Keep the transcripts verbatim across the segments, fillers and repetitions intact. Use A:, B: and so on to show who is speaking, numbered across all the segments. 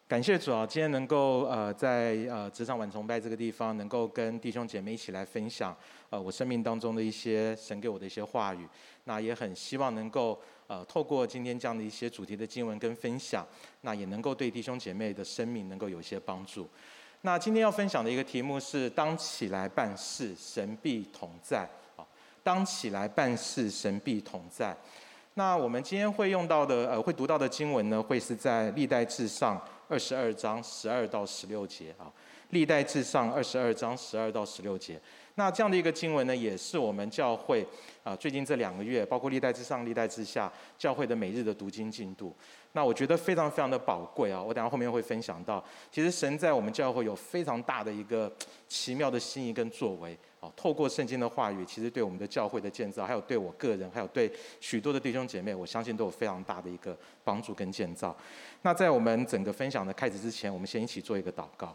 A: 感谢主啊，今天能够呃在呃职场晚崇拜这个地方，能够跟弟兄姐妹一起来分享呃我生命当中的一些神给我的一些话语。那也很希望能够呃透过今天这样的一些主题的经文跟分享，那也能够对弟兄姐妹的生命能够有一些帮助。那今天要分享的一个题目是当起来办事，神必同在。啊，当起来办事，神必同在。那我们今天会用到的呃会读到的经文呢，会是在历代志上二十二章十二到十六节啊。历代志上二十二章十二到十六节。那这样的一个经文呢，也是我们教会啊最近这两个月，包括历代志上、历代志下教会的每日的读经进度。那我觉得非常非常的宝贵啊！我等一下后面会分享到，其实神在我们教会有非常大的一个奇妙的心意跟作为啊。透过圣经的话语，其实对我们的教会的建造，还有对我个人，还有对许多的弟兄姐妹，我相信都有非常大的一个帮助跟建造。那在我们整个分享的开始之前，我们先一起做一个祷告。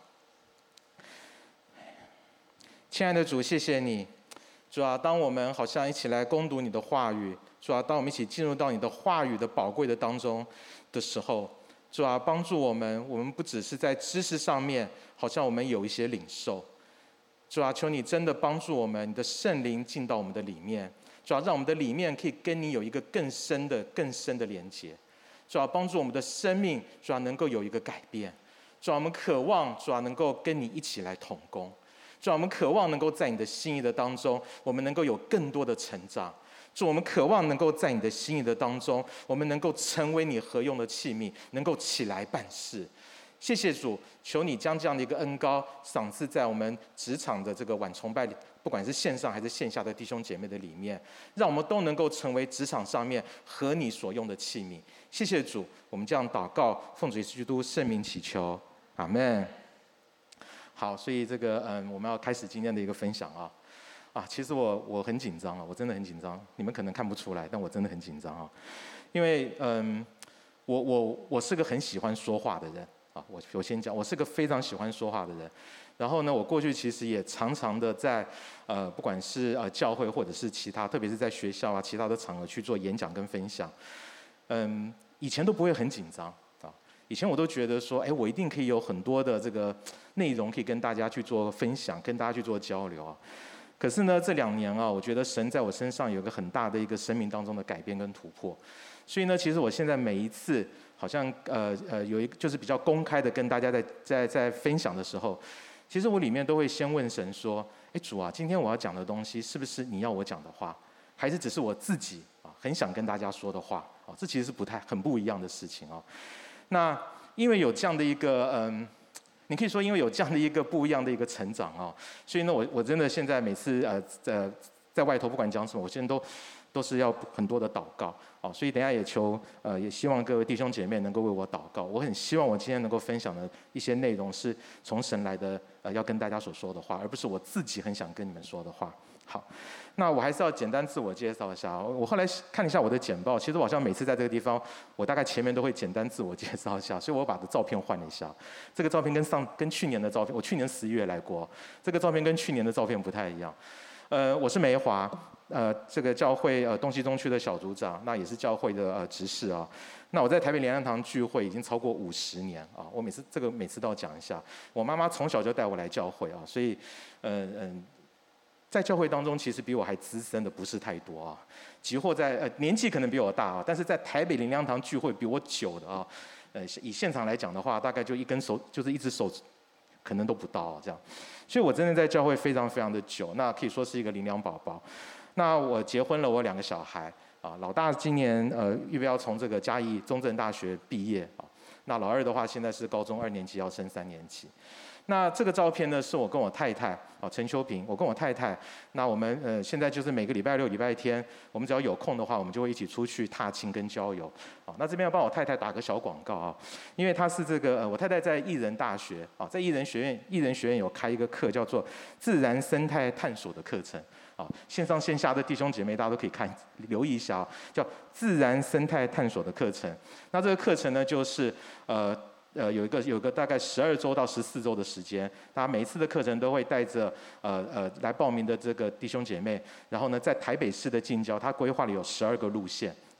A: 亲爱的主，谢谢你，主啊，当我们好像一起来攻读你的话语，主啊，当我们一起进入到你的话语的宝贵的当中的时候，主啊，帮助我们，我们不只是在知识上面，好像我们有一些领受，主啊，求你真的帮助我们，你的圣灵进到我们的里面，主啊，让我们的里面可以跟你有一个更深的、更深的连结，主啊，帮助我们的生命，主啊，能够有一个改变，主啊，我们渴望，主啊，能够跟你一起来同工。主啊，我们渴望能够在你的心意的当中，我们能够有更多的成长。主，我们渴望能够在你的心意的当中，我们能够成为你合用的器皿，能够起来办事。谢谢主，求你将这样的一个恩膏赏赐在我们职场的这个晚崇拜里，不管是线上还是线下的弟兄姐妹的里面，让我们都能够成为职场上面合你所用的器皿。谢谢主，我们这样祷告，奉主耶稣基督圣名祈求，阿们。好，所以这个嗯，我们要开始今天的一个分享啊啊，其实我我很紧张啊，我真的很紧张，你们可能看不出来，但我真的很紧张啊，因为嗯，我我我是个很喜欢说话的人啊，我我先讲，我是个非常喜欢说话的人，然后呢，我过去其实也常常的在呃，不管是呃教会或者是其他，特别是在学校啊其他的场合去做演讲跟分享，嗯，以前都不会很紧张。以前我都觉得说，哎，我一定可以有很多的这个内容可以跟大家去做分享，跟大家去做交流啊。可是呢，这两年啊，我觉得神在我身上有一个很大的一个生命当中的改变跟突破。所以呢，其实我现在每一次好像呃呃有一个就是比较公开的跟大家在在在分享的时候，其实我里面都会先问神说，哎，主啊，今天我要讲的东西是不是你要我讲的话，还是只是我自己啊很想跟大家说的话啊？这其实是不太很不一样的事情啊。那因为有这样的一个嗯，你可以说因为有这样的一个不一样的一个成长啊，所以呢，我我真的现在每次呃呃在外头不管讲什么，我现在都都是要很多的祷告啊，所以等一下也求呃也希望各位弟兄姐妹能够为我祷告。我很希望我今天能够分享的一些内容是从神来的呃要跟大家所说的话，而不是我自己很想跟你们说的话。好，那我还是要简单自我介绍一下。我后来看一下我的简报，其实我好像每次在这个地方，我大概前面都会简单自我介绍一下，所以我把的照片换了一下。这个照片跟上跟去年的照片，我去年十一月来过，这个照片跟去年的照片不太一样。呃，我是梅华，呃，这个教会呃东西中区的小组长，那也是教会的呃执事啊。那我在台北莲安堂聚会已经超过五十年啊，我每次这个每次都要讲一下。我妈妈从小就带我来教会啊，所以，嗯、呃、嗯。在教会当中，其实比我还资深的不是太多啊，即或在呃年纪可能比我大啊，但是在台北灵粮堂聚会比我久的啊，呃以现场来讲的话，大概就一根手，就是一只手，可能都不到啊这样，所以我真的在教会非常非常的久，那可以说是一个灵粮宝宝。那我结婚了，我有两个小孩啊，老大今年呃预备要从这个嘉义中正大学毕业啊，那老二的话现在是高中二年级要升三年级。那这个照片呢，是我跟我太太啊，陈秋平，我跟我太太，那我们呃现在就是每个礼拜六、礼拜天，我们只要有空的话，我们就会一起出去踏青跟郊游。啊，那这边要帮我太太打个小广告啊，因为她是这个呃，我太太在艺人大学啊，在艺人学院，艺人学院有开一个课叫做自然生态探索的课程。啊，线上线下的弟兄姐妹，大家都可以看留意一下啊，叫自然生态探索的课程。那这个课程呢，就是呃。呃，有一个有一个大概十二周到十四周的时间，大家每一次的课程都会带着呃呃来报名的这个弟兄姐妹，然后呢，在台北市的近郊，他规划里有十二个路线啊，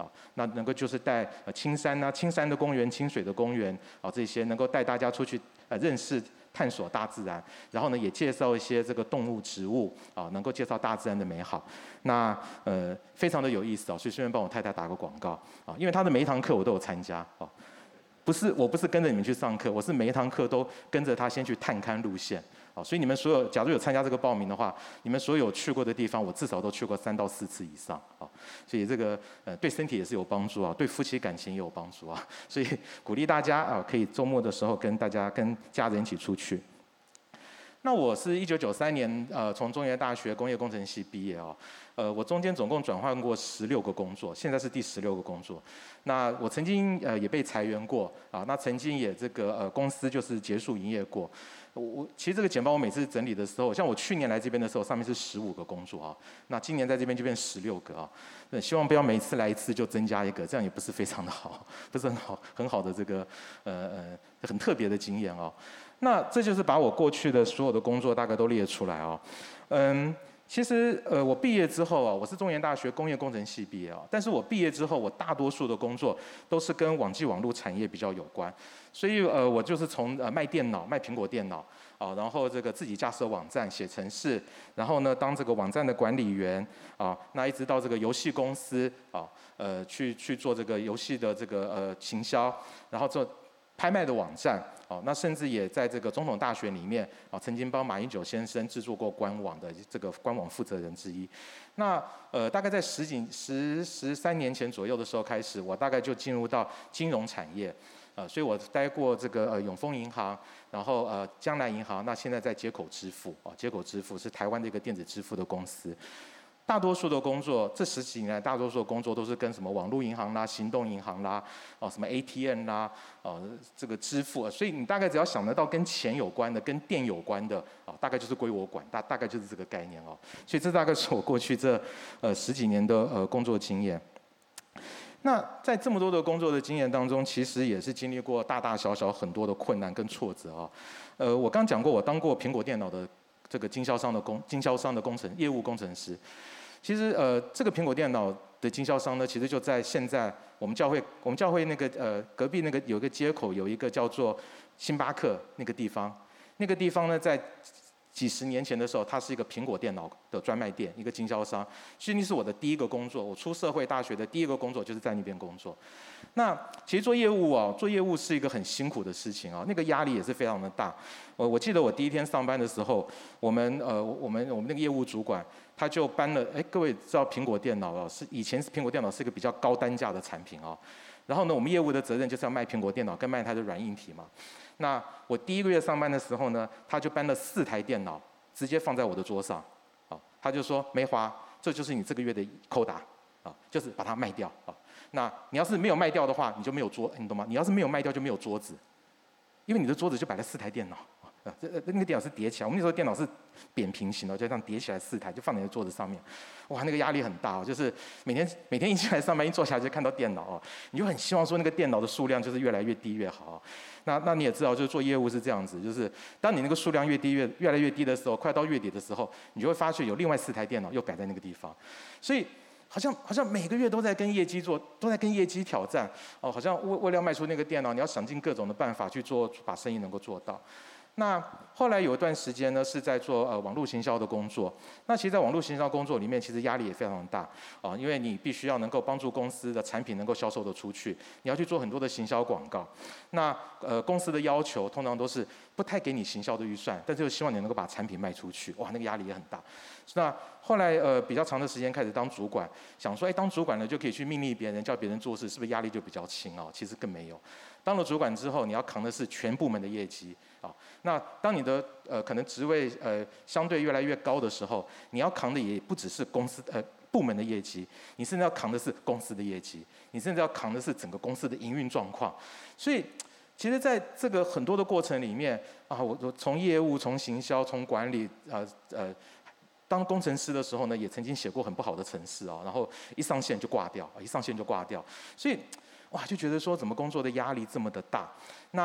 A: 啊，那能够就是带呃青山啊、青山的公园、清水的公园啊这些，能够带大家出去呃认识。探索大自然，然后呢，也介绍一些这个动物、植物啊，能够介绍大自然的美好。那呃，非常的有意思哦，所以顺便帮我太太打个广告啊，因为她的每一堂课我都有参加哦。不是，我不是跟着你们去上课，我是每一堂课都跟着她先去探勘路线。啊，所以你们所有，假如有参加这个报名的话，你们所有去过的地方，我至少都去过三到四次以上啊。所以这个呃对身体也是有帮助啊，对夫妻感情也有帮助啊。所以鼓励大家啊，可以周末的时候跟大家跟家人一起出去。那我是一九九三年呃从中原大学工业工程系毕业啊，呃我中间总共转换过十六个工作，现在是第十六个工作。那我曾经呃也被裁员过啊，那曾经也这个呃公司就是结束营业过。我我其实这个简报我每次整理的时候，像我去年来这边的时候，上面是十五个工作啊，那今年在这边就变十六个啊。那希望不要每次来一次就增加一个，这样也不是非常的好，不是很好很好的这个呃呃很特别的经验哦。那这就是把我过去的所有的工作大概都列出来哦。嗯，其实呃我毕业之后啊，我是中原大学工业工程系毕业啊，但是我毕业之后，我大多数的工作都是跟网际网络产业比较有关。所以呃，我就是从呃卖电脑、卖苹果电脑啊，然后这个自己架设网站、写程式，然后呢当这个网站的管理员啊，那一直到这个游戏公司啊，呃去去做这个游戏的这个呃行销，然后做拍卖的网站，哦，那甚至也在这个总统大学里面啊，曾经帮马英九先生制作过官网的这个官网负责人之一。那呃，大概在十几十十三年前左右的时候开始，我大概就进入到金融产业。呃，所以我待过这个呃永丰银行，然后呃江南银行，那现在在接口支付啊，接口支付是台湾的一个电子支付的公司。大多数的工作，这十几年来，大多数的工作都是跟什么网络银行啦、行动银行啦、哦什么 A T M 啦、哦这个支付，所以你大概只要想得到跟钱有关的、跟电有关的，啊大概就是归我管，大大概就是这个概念哦。所以这大概是我过去这呃十几年的呃工作经验。那在这么多的工作的经验当中，其实也是经历过大大小小很多的困难跟挫折啊。呃，我刚讲过，我当过苹果电脑的这个经销商的工经销商的工程业务工程师。其实呃，这个苹果电脑的经销商呢，其实就在现在我们教会我们教会那个呃隔壁那个有一个街口有一个叫做星巴克那个地方，那个地方呢在几十年前的时候，它是一个苹果电脑的专卖店，一个经销商。其实那是我的第一个工作，我出社会大学的第一个工作就是在那边工作。那其实做业务啊，做业务是一个很辛苦的事情啊，那个压力也是非常的大。我我记得我第一天上班的时候，我们呃我们我们那个业务主管他就搬了，哎各位知道苹果电脑啊，是以前是苹果电脑是一个比较高单价的产品啊。然后呢，我们业务的责任就是要卖苹果电脑跟卖它的软硬体嘛。那我第一个月上班的时候呢，他就搬了四台电脑，直接放在我的桌上，啊，他就说梅华，这就是你这个月的扣打，啊，就是把它卖掉啊。那你要是没有卖掉的话，你就没有桌，你懂吗？你要是没有卖掉就没有桌子，因为你的桌子就摆了四台电脑。啊，这那个电脑是叠起来，我们那时候电脑是扁平型的，就这样叠起来四台，就放在你的桌子上面。哇，那个压力很大哦，就是每天每天一进来上班，一坐下来就看到电脑哦，你就很希望说那个电脑的数量就是越来越低越好。那那你也知道，就是做业务是这样子，就是当你那个数量越低越越来越低的时候，快到月底的时候，你就会发现有另外四台电脑又摆在那个地方，所以好像好像每个月都在跟业绩做，都在跟业绩挑战哦，好像为为了要卖出那个电脑，你要想尽各种的办法去做，把生意能够做到。那后来有一段时间呢，是在做呃网络行销的工作。那其实，在网络行销工作里面，其实压力也非常的大啊，因为你必须要能够帮助公司的产品能够销售的出去，你要去做很多的行销广告。那呃公司的要求通常都是不太给你行销的预算，但是又希望你能够把产品卖出去，哇，那个压力也很大。那后来呃比较长的时间开始当主管，想说，哎，当主管了就可以去命令别人，叫别人做事，是不是压力就比较轻啊？其实更没有。当了主管之后，你要扛的是全部门的业绩啊。那当你的呃可能职位呃相对越来越高的时候，你要扛的也不只是公司呃部门的业绩，你甚至要扛的是公司的业绩，你甚至要扛的是整个公司的营运状况。所以，其实在这个很多的过程里面啊，我我从业务、从行销、从管理呃呃。当工程师的时候呢，也曾经写过很不好的程式啊，然后一上线就挂掉，一上线就挂掉，所以哇就觉得说怎么工作的压力这么的大。那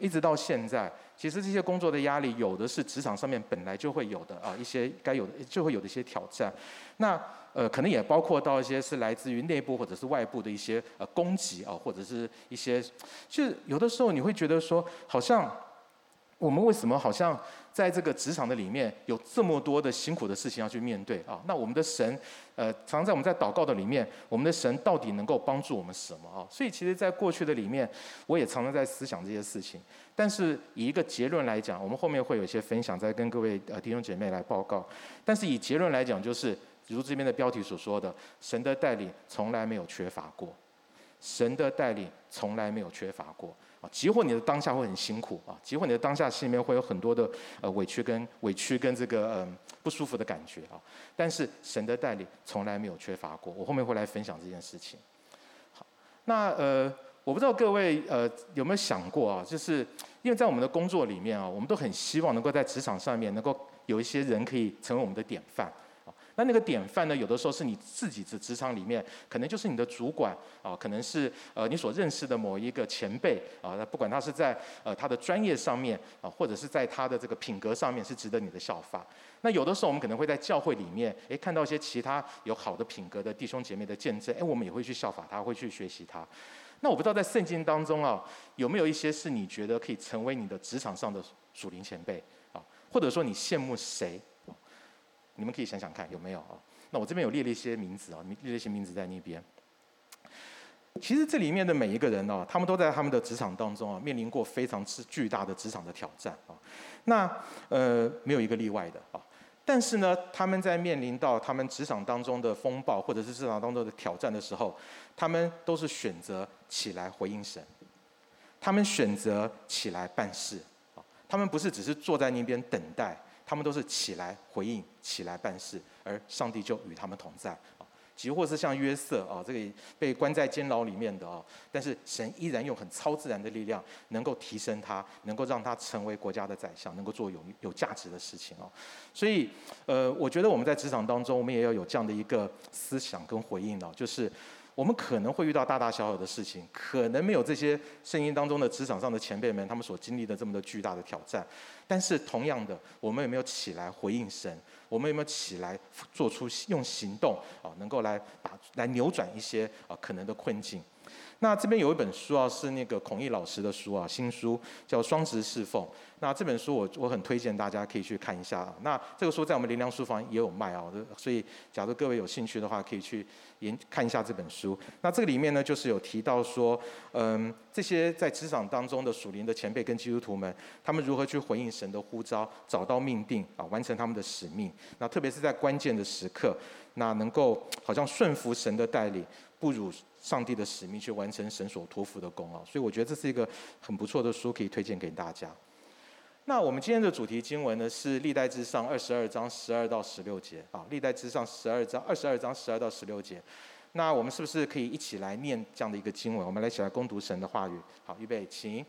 A: 一直到现在，其实这些工作的压力，有的是职场上面本来就会有的啊，一些该有的就会有的一些挑战。那呃，可能也包括到一些是来自于内部或者是外部的一些呃攻击啊，或者是一些，就是有的时候你会觉得说，好像我们为什么好像在这个职场的里面有这么多的辛苦的事情要去面对啊？那我们的神，呃，常常在我们在祷告的里面，我们的神到底能够帮助我们什么啊？所以其实，在过去的里面，我也常常在思想这些事情。但是以一个结论来讲，我们后面会有一些分享，再跟各位呃弟兄姐妹来报告。但是以结论来讲，就是如这边的标题所说的，神的带领从来没有缺乏过，神的带领从来没有缺乏过。啊，即或你的当下会很辛苦啊，即或你的当下心里面会有很多的呃委屈跟委屈跟这个嗯、呃、不舒服的感觉啊，但是神的带领从来没有缺乏过。我后面会来分享这件事情。好，那呃我不知道各位呃有没有想过啊，就是因为在我们的工作里面啊，我们都很希望能够在职场上面能够有一些人可以成为我们的典范。那那个典范呢，有的时候是你自己的职场里面，可能就是你的主管啊，可能是呃你所认识的某一个前辈啊，那不管他是在呃他的专业上面啊，或者是在他的这个品格上面是值得你的效法。那有的时候我们可能会在教会里面，哎，看到一些其他有好的品格的弟兄姐妹的见证，哎，我们也会去效法他，会去学习他。那我不知道在圣经当中啊，有没有一些是你觉得可以成为你的职场上的属灵前辈啊，或者说你羡慕谁？你们可以想想看有没有啊？那我这边有列了一些名字啊，列了一些名字在那边。其实这里面的每一个人啊，他们都在他们的职场当中啊，面临过非常之巨大的职场的挑战啊。那呃，没有一个例外的啊。但是呢，他们在面临到他们职场当中的风暴，或者是职场当中的挑战的时候，他们都是选择起来回应神，他们选择起来办事啊。他们不是只是坐在那边等待。他们都是起来回应，起来办事，而上帝就与他们同在啊。即或是像约瑟啊，这个被关在监牢里面的啊，但是神依然用很超自然的力量，能够提升他，能够让他成为国家的宰相，能够做有有价值的事情啊。所以，呃，我觉得我们在职场当中，我们也要有这样的一个思想跟回应啊，就是。我们可能会遇到大大小小的事情，可能没有这些圣经当中的职场上的前辈们他们所经历的这么的巨大的挑战，但是同样的，我们有没有起来回应神？我们有没有起来做出用行动啊，能够来把来扭转一些啊可能的困境？那这边有一本书啊，是那个孔毅老师的书啊，新书叫《双职侍奉》。那这本书我我很推荐大家可以去看一下啊。那这个书在我们灵粮书房也有卖啊，所以假如各位有兴趣的话，可以去研看一下这本书。那这个里面呢，就是有提到说，嗯，这些在职场当中的属灵的前辈跟基督徒们，他们如何去回应神的呼召，找到命定啊，完成他们的使命。那特别是在关键的时刻，那能够好像顺服神的带领，不辱上帝的使命，去完成神所托付的功啊。所以我觉得这是一个很不错的书，可以推荐给大家。那我们今天的主题经文呢，是历代志上二十二章十二到十六节啊。历代志上十二章二十二章十二到十六节。那我们是不是可以一起来念这样的一个经文？我们来一起来攻读神的话语。好，预备，请。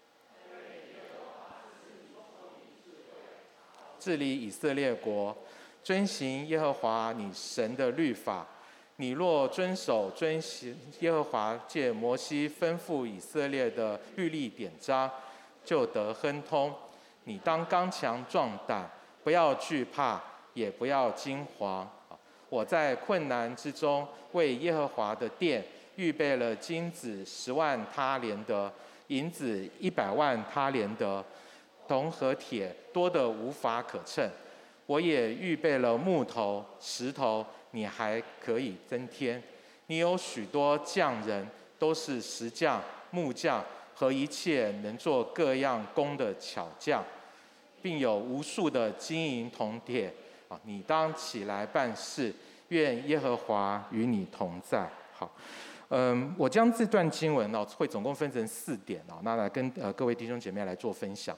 A: 治理以色列国，遵行耶和华你神的律法。你若遵守遵行耶和华借摩西吩咐以色列的律例典章，就得亨通。你当刚强壮胆，不要惧怕，也不要惊惶。我在困难之中为耶和华的殿预备了金子十万他连得，银子一百万他连得，铜和铁多得无法可称。我也预备了木头、石头，你还可以增添。你有许多匠人，都是石匠、木匠和一切能做各样工的巧匠，并有无数的金银铜铁啊！你当起来办事，愿耶和华与你同在。好，嗯，我将这段经文呢，会总共分成四点啊，那来跟呃各位弟兄姐妹来做分享。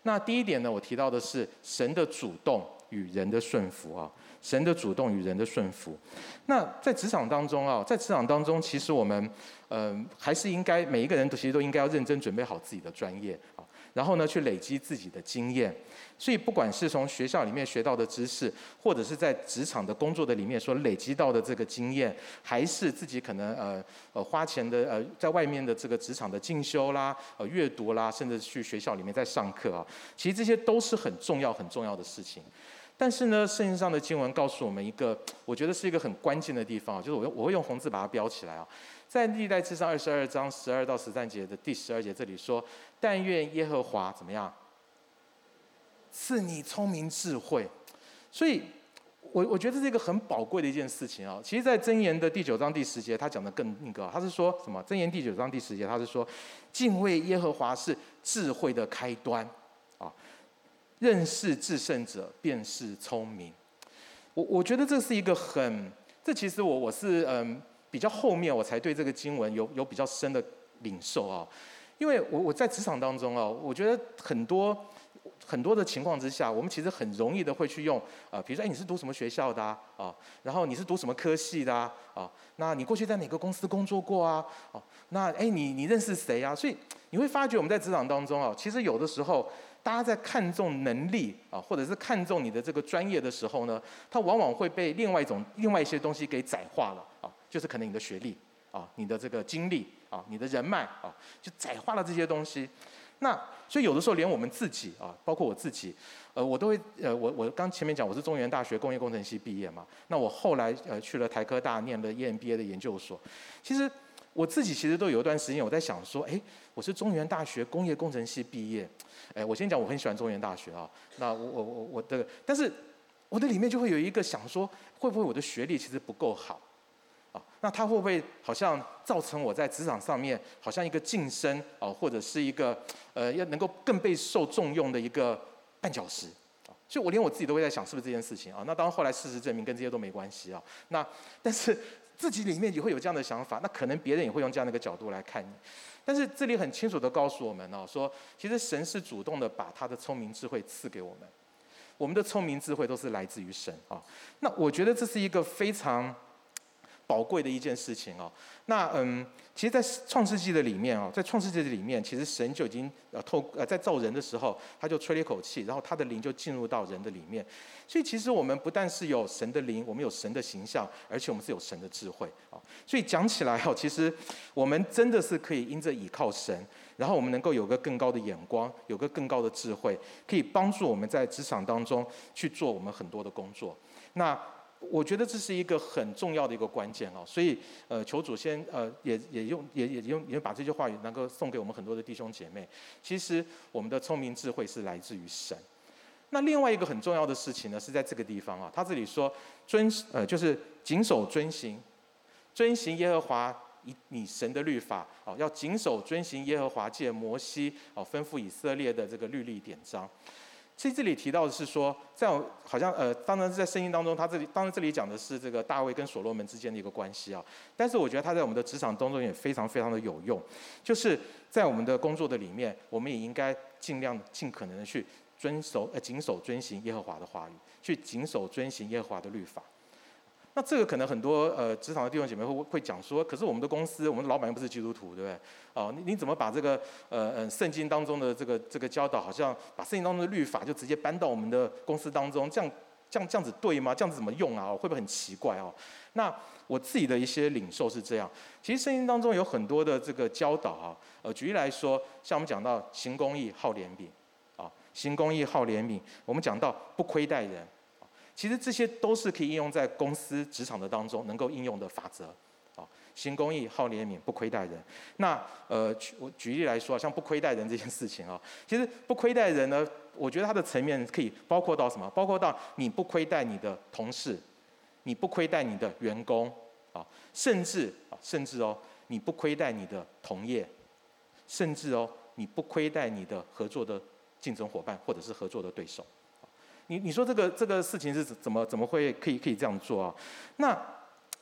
A: 那第一点呢，我提到的是神的主动与人的顺服啊，神的主动与人的顺服。那在职场当中啊，在职场当中，其实我们呃还是应该每一个人都其实都应该要认真准备好自己的专业啊，然后呢去累积自己的经验。所以不管是从学校里面学到的知识，或者是在职场的工作的里面所累积到的这个经验，还是自己可能呃呃花钱的呃在外面的这个职场的进修啦、呃阅读啦，甚至去学校里面在上课啊，其实这些都是很重要很重要的事情。但是呢，圣经上的经文告诉我们一个，我觉得是一个很关键的地方，就是我我会用红字把它标起来啊，在历代志上二十二章十二到十三节的第十二节这里说：“但愿耶和华怎么样，赐你聪明智慧。”所以我我觉得这是一个很宝贵的一件事情啊。其实，在箴言的第九章第十节，他讲的更那个，他是说什么？箴言第九章第十节，他是说，敬畏耶和华是智慧的开端啊。认识至圣者便是聪明。我我觉得这是一个很，这其实我我是嗯比较后面我才对这个经文有有比较深的领受啊，因为我我在职场当中啊，我觉得很多很多的情况之下，我们其实很容易的会去用啊、呃，比如说哎你是读什么学校的啊，啊然后你是读什么科系的啊，啊那你过去在哪个公司工作过啊，哦、啊、那哎你你认识谁啊？所以你会发觉我们在职场当中啊，其实有的时候。大家在看重能力啊，或者是看重你的这个专业的时候呢，它往往会被另外一种、另外一些东西给窄化了啊，就是可能你的学历啊、你的这个经历啊、你的人脉啊，就窄化了这些东西。那所以有的时候连我们自己啊，包括我自己，呃，我都会呃，我我刚前面讲我是中原大学工业工程系毕业嘛，那我后来呃去了台科大念了 E M B A 的研究所，其实。我自己其实都有一段时间，我在想说，哎，我是中原大学工业工程系毕业，哎，我先讲我很喜欢中原大学啊，那我我我我的，但是我的里面就会有一个想说，会不会我的学历其实不够好，啊，那它会不会好像造成我在职场上面好像一个晋升啊，或者是一个呃要能够更被受重用的一个绊脚石。所以，我连我自己都会在想，是不是这件事情啊？那当然，后来事实证明跟这些都没关系啊。那但是自己里面也会有这样的想法，那可能别人也会用这样的一个角度来看你。但是这里很清楚的告诉我们哦，说其实神是主动的把他的聪明智慧赐给我们，我们的聪明智慧都是来自于神啊。那我觉得这是一个非常宝贵的一件事情哦。那嗯，其实，在创世纪的里面哦，在创世纪的里面，其实神就已经呃透呃在造人的时候，他就吹了一口气，然后他的灵就进入到人的里面。所以，其实我们不但是有神的灵，我们有神的形象，而且我们是有神的智慧啊。所以讲起来哦，其实我们真的是可以因着倚靠神，然后我们能够有个更高的眼光，有个更高的智慧，可以帮助我们在职场当中去做我们很多的工作。那我觉得这是一个很重要的一个关键哦，所以呃，求主先呃也也用也也用也把这句话语能够送给我们很多的弟兄姐妹。其实我们的聪明智慧是来自于神。那另外一个很重要的事情呢，是在这个地方啊，他这里说遵呃就是谨守遵行，遵行耶和华以你神的律法哦，要谨守遵行耶和华借摩西哦吩咐以色列的这个律例典章。其实这里提到的是说，在好像呃，当然是在圣经当中，他这里当然这里讲的是这个大卫跟所罗门之间的一个关系啊。但是我觉得他在我们的职场当中也非常非常的有用，就是在我们的工作的里面，我们也应该尽量尽可能的去遵守呃谨守遵行耶和华的话语，去谨守遵行耶和华的律法。那这个可能很多呃职场的弟兄姐妹会会讲说，可是我们的公司，我们的老板又不是基督徒，对不对？哦，你你怎么把这个呃呃圣经当中的这个这个教导，好像把圣经当中的律法就直接搬到我们的公司当中，这样这样这样子对吗？这样子怎么用啊？会不会很奇怪哦？那我自己的一些领受是这样，其实圣经当中有很多的这个教导啊，呃，举例来说，像我们讲到行公义、好怜悯，啊，行公义、好怜悯，我们讲到不亏待人。其实这些都是可以应用在公司职场的当中能够应用的法则，啊，行公义、好怜悯、不亏待人。那呃，我举例来说，像不亏待人这件事情啊，其实不亏待人呢，我觉得它的层面可以包括到什么？包括到你不亏待你的同事，你不亏待你的员工，啊，甚至啊，甚至哦，你不亏待你的同业，甚至哦，你不亏待你的合作的竞争伙伴或者是合作的对手。你你说这个这个事情是怎么怎么会可以可以这样做啊？那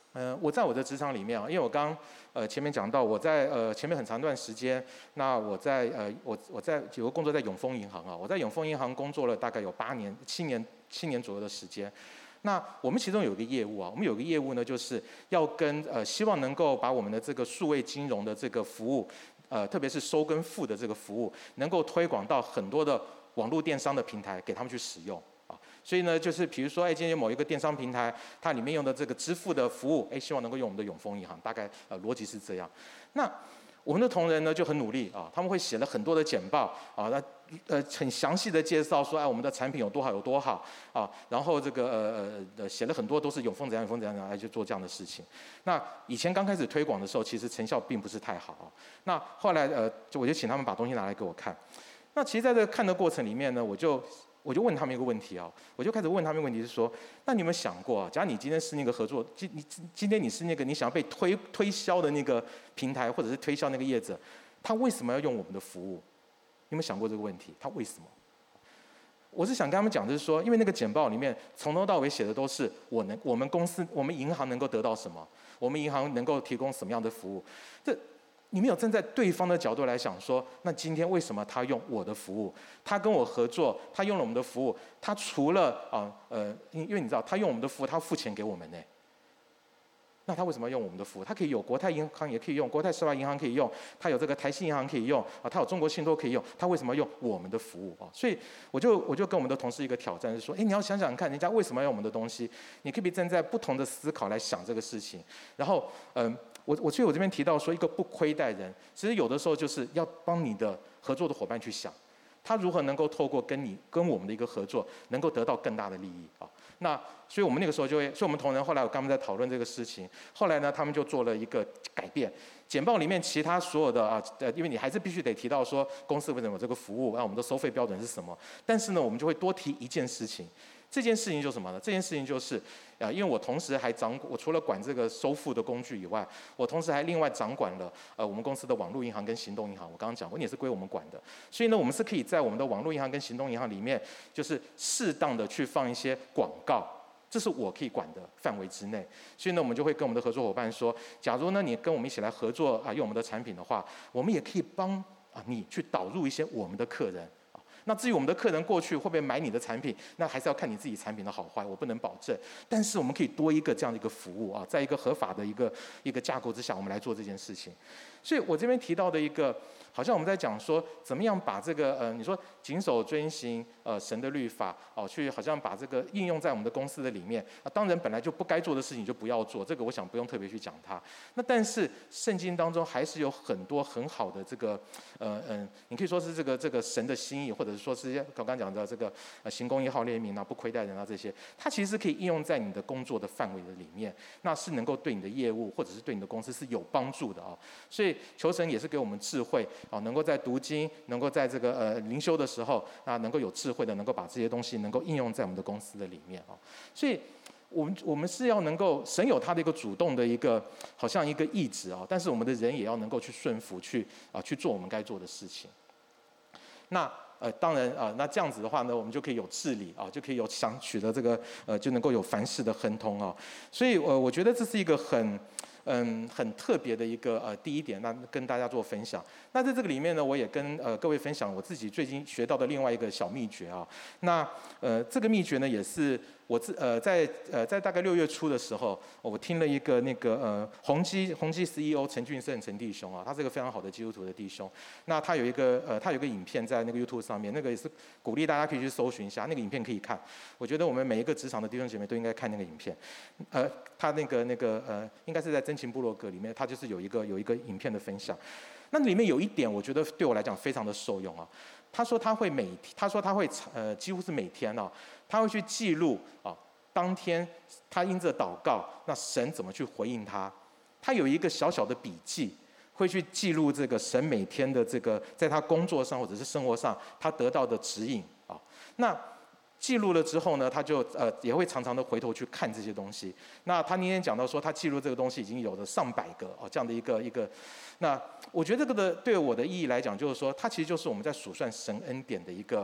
A: 嗯、呃，我在我的职场里面啊，因为我刚呃前面讲到，我在呃前面很长一段时间，那我在呃我我在有个工作在永丰银行啊，我在永丰银行工作了大概有八年、七年、七年左右的时间。那我们其中有一个业务啊，我们有个业务呢，就是要跟呃希望能够把我们的这个数位金融的这个服务，呃特别是收跟付的这个服务，能够推广到很多的网络电商的平台，给他们去使用。所以呢，就是比如说，哎，今天某一个电商平台，它里面用的这个支付的服务，哎，希望能够用我们的永丰银行，大概呃逻辑是这样。那我们的同仁呢就很努力啊，他们会写了很多的简报啊，那呃很详细的介绍说，哎，我们的产品有多好有多好啊，然后这个呃呃写了很多都是永丰怎样永丰怎样怎样来去做这样的事情。那以前刚开始推广的时候，其实成效并不是太好啊。那后来呃，就我就请他们把东西拿来给我看。那其实在这个看的过程里面呢，我就。我就问他们一个问题啊，我就开始问他们问题是说，那你有没有想过啊，假如你今天是那个合作，今你今天你是那个你想要被推推销的那个平台，或者是推销那个业者，他为什么要用我们的服务？你有没有想过这个问题？他为什么？我是想跟他们讲，就是说，因为那个简报里面从头到尾写的都是我能我们公司我们银行能够得到什么，我们银行能够提供什么样的服务，这。你没有站在对方的角度来想说，那今天为什么他用我的服务？他跟我合作，他用了我们的服务，他除了啊呃，因为你知道，他用我们的服务，他付钱给我们呢。那他为什么要用我们的服务？他可以有国泰银行也可以用，国泰世华银行可以用，他有这个台新银行可以用啊，他有中国信托可以用，他为什么要用我们的服务啊？所以我就我就跟我们的同事一个挑战是说，哎，你要想想看，人家为什么要用我们的东西？你可不可以站在不同的思考来想这个事情？然后嗯。呃我我所以我这边提到说，一个不亏待人，其实有的时候就是要帮你的合作的伙伴去想，他如何能够透过跟你跟我们的一个合作，能够得到更大的利益啊。那所以我们那个时候就会，所以我们同仁后来我跟他们在讨论这个事情，后来呢，他们就做了一个改变。简报里面其他所有的啊，呃，因为你还是必须得提到说公司为什么有这个服务，那我们的收费标准是什么？但是呢，我们就会多提一件事情。这件事情就是什么呢？这件事情就是，啊，因为我同时还掌，我除了管这个收付的工具以外，我同时还另外掌管了呃我们公司的网络银行跟行动银行。我刚刚讲过，也是归我们管的。所以呢，我们是可以在我们的网络银行跟行动银行里面，就是适当的去放一些广告，这是我可以管的范围之内。所以呢，我们就会跟我们的合作伙伴说，假如呢你跟我们一起来合作啊，用我们的产品的话，我们也可以帮啊你去导入一些我们的客人。那至于我们的客人过去会不会买你的产品，那还是要看你自己产品的好坏，我不能保证。但是我们可以多一个这样的一个服务啊，在一个合法的一个一个架构之下，我们来做这件事情。所以我这边提到的一个，好像我们在讲说，怎么样把这个呃，你说谨守遵行呃神的律法哦，去好像把这个应用在我们的公司的里面啊。当然本来就不该做的事情就不要做，这个我想不用特别去讲它。那但是圣经当中还是有很多很好的这个呃嗯、呃，你可以说是这个这个神的心意，或者是说是刚刚讲的这个呃行公义好怜悯啊，不亏待人啊这些，它其实可以应用在你的工作的范围的里面，那是能够对你的业务或者是对你的公司是有帮助的啊。所以求神也是给我们智慧啊，能够在读经，能够在这个呃灵修的时候啊，能够有智慧的，能够把这些东西能够应用在我们的公司的里面啊。所以，我们我们是要能够神有他的一个主动的一个好像一个意志啊，但是我们的人也要能够去顺服，去啊去做我们该做的事情。那呃当然啊、呃，那这样子的话呢，我们就可以有治理啊，就可以有想取得这个呃就能够有凡事的亨通啊。所以呃我觉得这是一个很。嗯，很特别的一个呃第一点，那跟大家做分享。那在这个里面呢，我也跟呃各位分享我自己最近学到的另外一个小秘诀啊。那呃这个秘诀呢，也是我自呃在呃在大概六月初的时候，我听了一个那个呃宏基宏基 C E O 陈俊胜陈弟兄啊，他是一个非常好的基督徒的弟兄。那他有一个呃他有一个影片在那个 YouTube 上面，那个也是鼓励大家可以去搜寻一下，那个影片可以看。我觉得我们每一个职场的弟兄姐妹都应该看那个影片。呃，他那个那个呃应该是在真情部落格里面，他就是有一个有一个影片的分享。那里面有一点，我觉得对我来讲非常的受用啊。他说他会每他说他会呃几乎是每天啊，他会去记录啊当天他因着祷告，那神怎么去回应他。他有一个小小的笔记，会去记录这个神每天的这个在他工作上或者是生活上他得到的指引啊。那记录了之后呢，他就呃也会常常的回头去看这些东西。那他那天讲到说，他记录这个东西已经有了上百个哦这样的一个一个。那我觉得这个的对我的意义来讲，就是说，它其实就是我们在数算神恩典的一个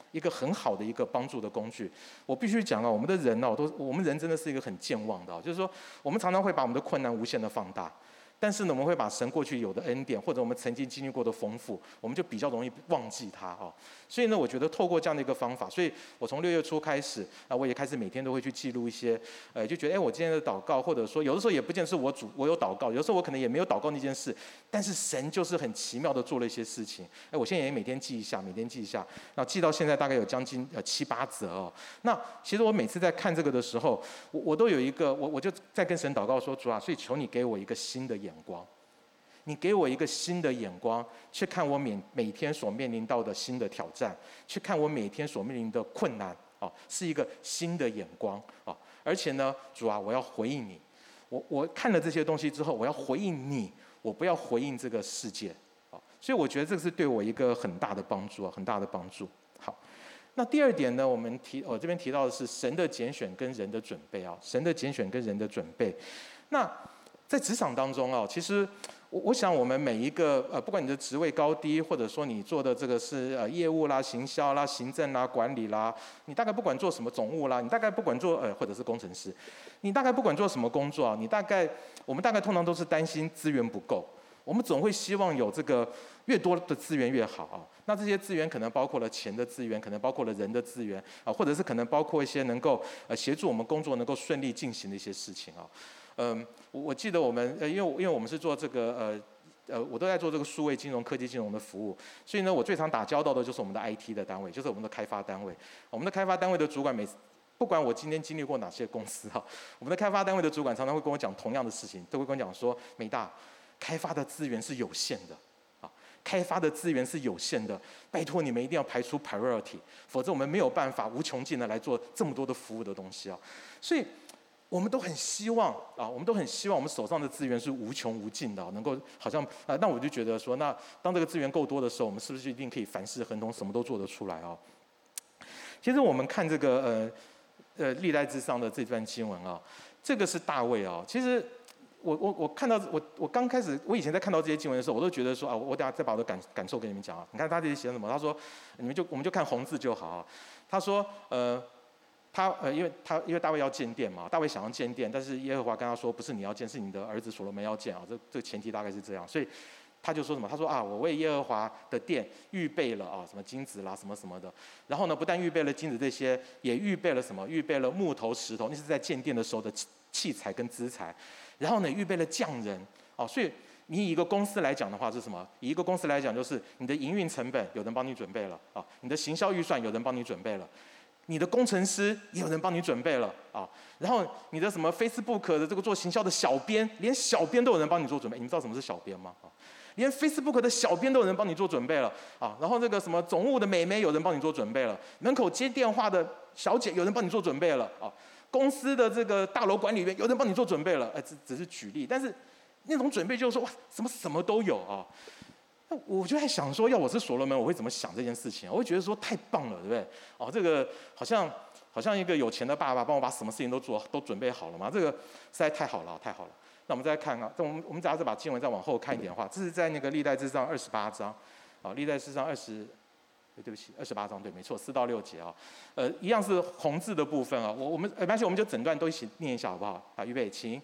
A: 一个很好的一个帮助的工具。我必须讲啊，我们的人哦，都我们人真的是一个很健忘的、哦，就是说我们常常会把我们的困难无限的放大。但是呢，我们会把神过去有的恩典，或者我们曾经经历过的丰富，我们就比较容易忘记它哦。所以呢，我觉得透过这样的一个方法，所以我从六月初开始啊，我也开始每天都会去记录一些，呃，就觉得哎，我今天的祷告，或者说有的时候也不见是我主我有祷告，有的时候我可能也没有祷告那件事，但是神就是很奇妙的做了一些事情。哎，我现在也每天记一下，每天记一下，那记到现在大概有将近呃七八则哦。那其实我每次在看这个的时候，我我都有一个，我我就在跟神祷告说，主啊，所以求你给我一个新的眼光。你给我一个新的眼光，去看我每每天所面临到的新的挑战，去看我每天所面临的困难，啊，是一个新的眼光啊！而且呢，主啊，我要回应你，我我看了这些东西之后，我要回应你，我不要回应这个世界，啊！所以我觉得这个是对我一个很大的帮助啊，很大的帮助。好，那第二点呢，我们提我这边提到的是神的拣选跟人的准备啊，神的拣选跟人的准备。那在职场当中啊，其实我我想我们每一个呃，不管你的职位高低，或者说你做的这个是呃业务啦、行销啦、行政啦、管理啦，你大概不管做什么总务啦，你大概不管做呃或者是工程师，你大概不管做什么工作啊，你大概我们大概通常都是担心资源不够，我们总会希望有这个越多的资源越好啊。那这些资源可能包括了钱的资源，可能包括了人的资源啊，或者是可能包括一些能够呃协助我们工作能够顺利进行的一些事情啊。嗯，我我记得我们呃，因为因为我们是做这个呃呃，我都在做这个数位金融、科技金融的服务，所以呢，我最常打交道的就是我们的 I T 的单位，就是我们的开发单位。我们的开发单位的主管每次，不管我今天经历过哪些公司哈，我们的开发单位的主管常常会跟我讲同样的事情，都会跟我讲说，美大，开发的资源是有限的。开发的资源是有限的，拜托你们一定要排出 priority， 否则我们没有办法无穷尽的来做这么多的服务的东西啊。所以，我们都很希望啊，我们都很希望我们手上的资源是无穷无尽的，能够好像啊，那我就觉得说，那当这个资源够多的时候，我们是不是一定可以凡事亨通，什么都做得出来啊？其实我们看这个呃呃历代志上的这段经文啊，这个是大卫啊，其实。我我我看到我我刚开始我以前在看到这些经文的时候，我都觉得说啊，我等下再把我的感感受给你们讲啊。你看他这里写什么？他说，你们就我们就看红字就好啊。他说，呃，他呃，因为他因为大卫要建殿嘛，大卫想要建殿，但是耶和华跟他说，不是你要建，是你的儿子所罗门要建啊。这这个前提大概是这样，所以他就说什么？他说啊，我为耶和华的殿预备了啊，什么金子啦，什么什么的。然后呢，不但预备了金子这些，也预备了什么？预备了木头、石头，那是在建殿的时候的器材跟资材。然后呢，预备了匠人，哦，所以你以一个公司来讲的话是什么？以一个公司来讲，就是你的营运成本有人帮你准备了啊，你的行销预算有人帮你准备了，你的工程师也有人帮你准备了啊，然后你的什么 Facebook 的这个做行销的小编，连小编都有人帮你做准备。你们知道什么是小编吗？啊，连 Facebook 的小编都有人帮你做准备了啊，然后这个什么总务的美眉有人帮你做准备了，门口接电话的小姐有人帮你做准备了啊。公司的这个大楼管理员有人帮你做准备了，哎，只只是举例，但是那种准备就是说哇，什么什么都有啊。那我就在想说，要我是所罗门，我会怎么想这件事情？我会觉得说太棒了，对不对？哦，这个好像好像一个有钱的爸爸帮我把什么事情都做都准备好了嘛，这个实在太好了，太好了。那我们再看啊，我们我们只要再把经文再往后看一点的话，这是在那个历代志上二十八章，啊，历代志上二十。对不起，二十八章对，没错，四到六节啊，呃，一样是红字的部分啊。我我们没关系，我们就整段都一起念一下好不好？啊，预备，请。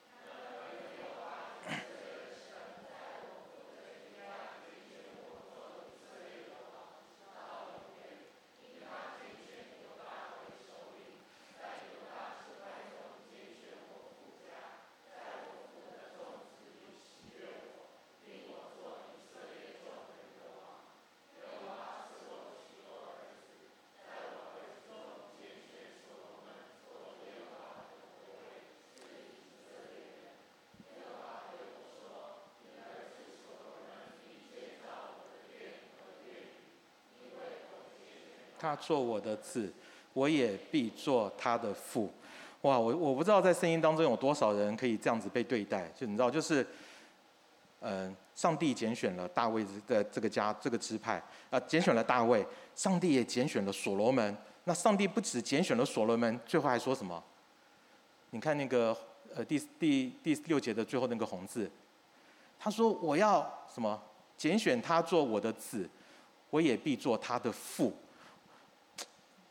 A: 他做我的子，我也必做他的父。哇，我我不知道在圣经当中有多少人可以这样子被对待，就你知道，就是，嗯、呃，上帝拣选了大卫的这个家这个支派，啊、呃，拣选了大卫，上帝也拣选了所罗门。那上帝不只拣选了所罗门，最后还说什么？你看那个呃第第第六节的最后那个红字，他说我要什么？拣选他做我的子，我也必做他的父。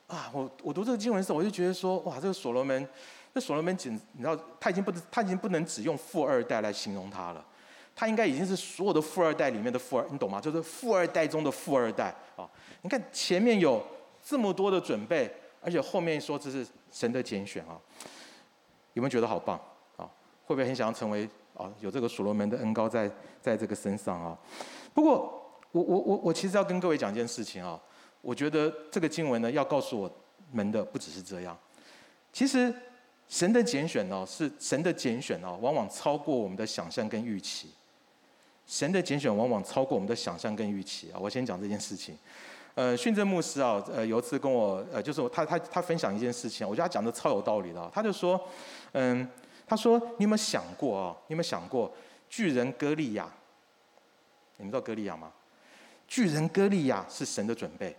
A: 啊，我我读这个经文的时候，我就觉得说，哇，这个所罗门，这所罗门简，你知道，他已经不他已经不能只用富二代来形容他了，他应该已经是所有的富二代里面的富二，你懂吗？就是富二代中的富二代啊！你看前面有这么多的准备，而且后面说这是神的拣选啊，有没有觉得好棒啊？会不会很想要成为啊？有这个所罗门的恩膏在在这个身上啊？不过我我我我其实要跟各位讲一件事情啊。我觉得这个经文呢，要告诉我们的不只是这样。其实，神的拣选哦，是神的拣选哦，往往超过我们的想象跟预期。神的拣选往往超过我们的想象跟预期啊！我先讲这件事情。呃，训正牧师啊，呃，有一次跟我呃，就是他他他分享一件事情，我觉得他讲的超有道理的。他就说，嗯，他说你有没有想过啊？你有没有想过巨人歌利亚？你们知道歌利亚吗？巨人歌利亚是神的准备。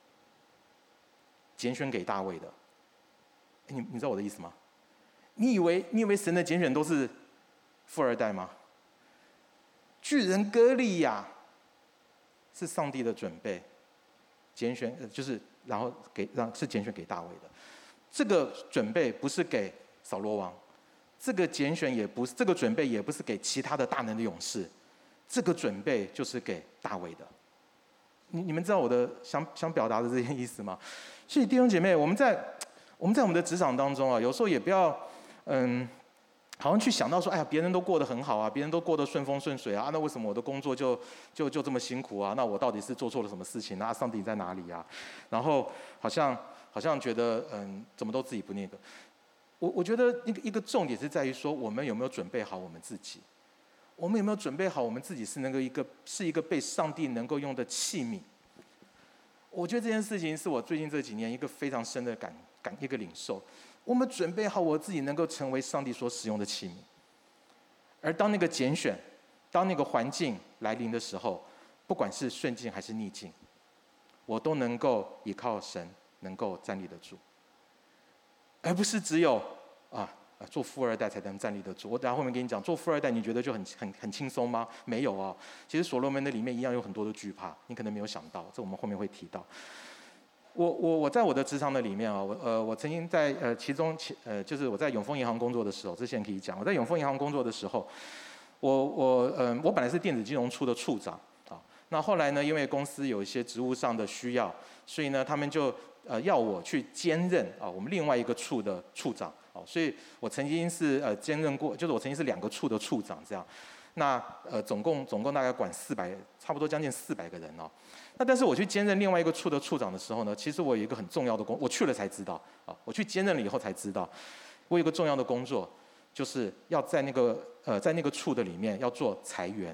A: 拣选给大卫的，你你知道我的意思吗？你以为你以为神的拣选都是富二代吗？巨人歌利亚是上帝的准备，拣选就是然后给让是拣选给大卫的。这个准备不是给扫罗王，这个拣选也不是这个准备也不是给其他的大能的勇士，这个准备就是给大卫的。你你们知道我的想想表达的这些意思吗？所以弟兄姐妹，我们在我们在我们的职场当中啊，有时候也不要嗯，好像去想到说，哎呀，别人都过得很好啊，别人都过得顺风顺水啊，那为什么我的工作就就就这么辛苦啊？那我到底是做错了什么事情啊？上帝在哪里啊？然后好像好像觉得嗯，怎么都自己不那个。我我觉得一个一个重点是在于说，我们有没有准备好我们自己？我们有没有准备好我们自己是能够一个是一个被上帝能够用的器皿？我觉得这件事情是我最近这几年一个非常深的感感一个领受。我们准备好我自己能够成为上帝所使用的器皿，而当那个拣选，当那个环境来临的时候，不管是顺境还是逆境，我都能够依靠神，能够站立得住，而不是只有啊。做富二代才能站立得住。我等下后面跟你讲，做富二代你觉得就很很很轻松吗？没有啊，其实所罗门的里面一样有很多的惧怕，你可能没有想到，这我们后面会提到。我我我在我的职场的里面啊，我呃我曾经在呃其中其呃就是我在永丰银行工作的时候，之前可以讲，我在永丰银行工作的时候，我我嗯、呃、我本来是电子金融处的处长啊，那后来呢，因为公司有一些职务上的需要，所以呢他们就呃要我去兼任啊我们另外一个处的处长。所以我曾经是呃兼任过，就是我曾经是两个处的处长这样，那呃总共总共大概管四百，差不多将近四百个人哦。那但是我去兼任另外一个处的处长的时候呢，其实我有一个很重要的工，我去了才知道啊，我去兼任了以后才知道，我有一个重要的工作，就是要在那个呃在那个处的里面要做裁员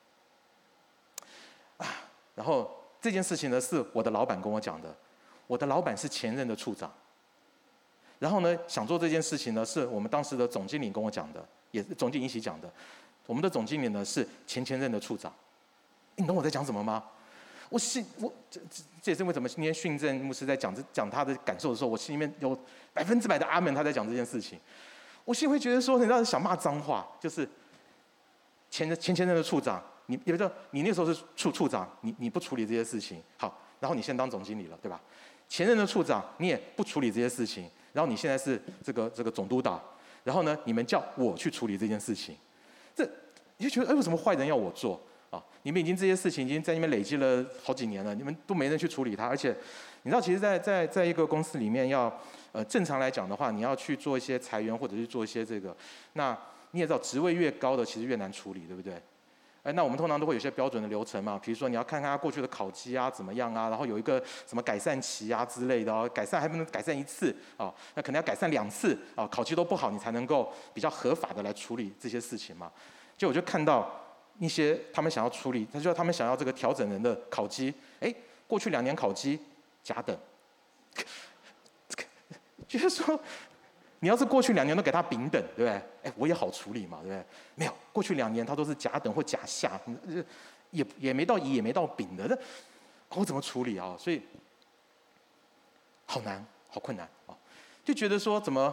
A: 啊。然后这件事情呢是我的老板跟我讲的，我的老板是前任的处长。然后呢，想做这件事情呢，是我们当时的总经理跟我讲的，也是总经理一起讲的。我们的总经理呢是前前任的处长，你懂我在讲什么吗？我心我这这这也是为什么今天训正牧师在讲这讲他的感受的时候，我心里面有百分之百的阿门，他在讲这件事情。我心里会觉得说，你知道想骂脏话，就是前前前任的处长，你也不知道你那时候是处处长，你你不处理这些事情，好，然后你现在当总经理了，对吧？前任的处长你也不处理这些事情。然后你现在是这个这个总督导，然后呢，你们叫我去处理这件事情，这你就觉得哎，为什么坏人要我做啊？你们已经这些事情已经在那边累积了好几年了，你们都没人去处理它，而且你知道，其实在，在在在一个公司里面要呃正常来讲的话，你要去做一些裁员或者是做一些这个，那你也知道，职位越高的其实越难处理，对不对？哎，那我们通常都会有些标准的流程嘛，比如说你要看看他过去的考绩啊怎么样啊，然后有一个什么改善期啊之类的哦，改善还不能改善一次啊，那可能要改善两次啊，考绩都不好，你才能够比较合法的来处理这些事情嘛。就我就看到一些他们想要处理，他就说他们想要这个调整人的考绩，哎，过去两年考绩甲等，就是说。你要是过去两年都给他丙等，对不对？哎，我也好处理嘛，对不对？没有，过去两年他都是甲等或甲下，也也没到乙，也没到丙的，那我怎么处理啊？所以好难，好困难啊！就觉得说怎么怎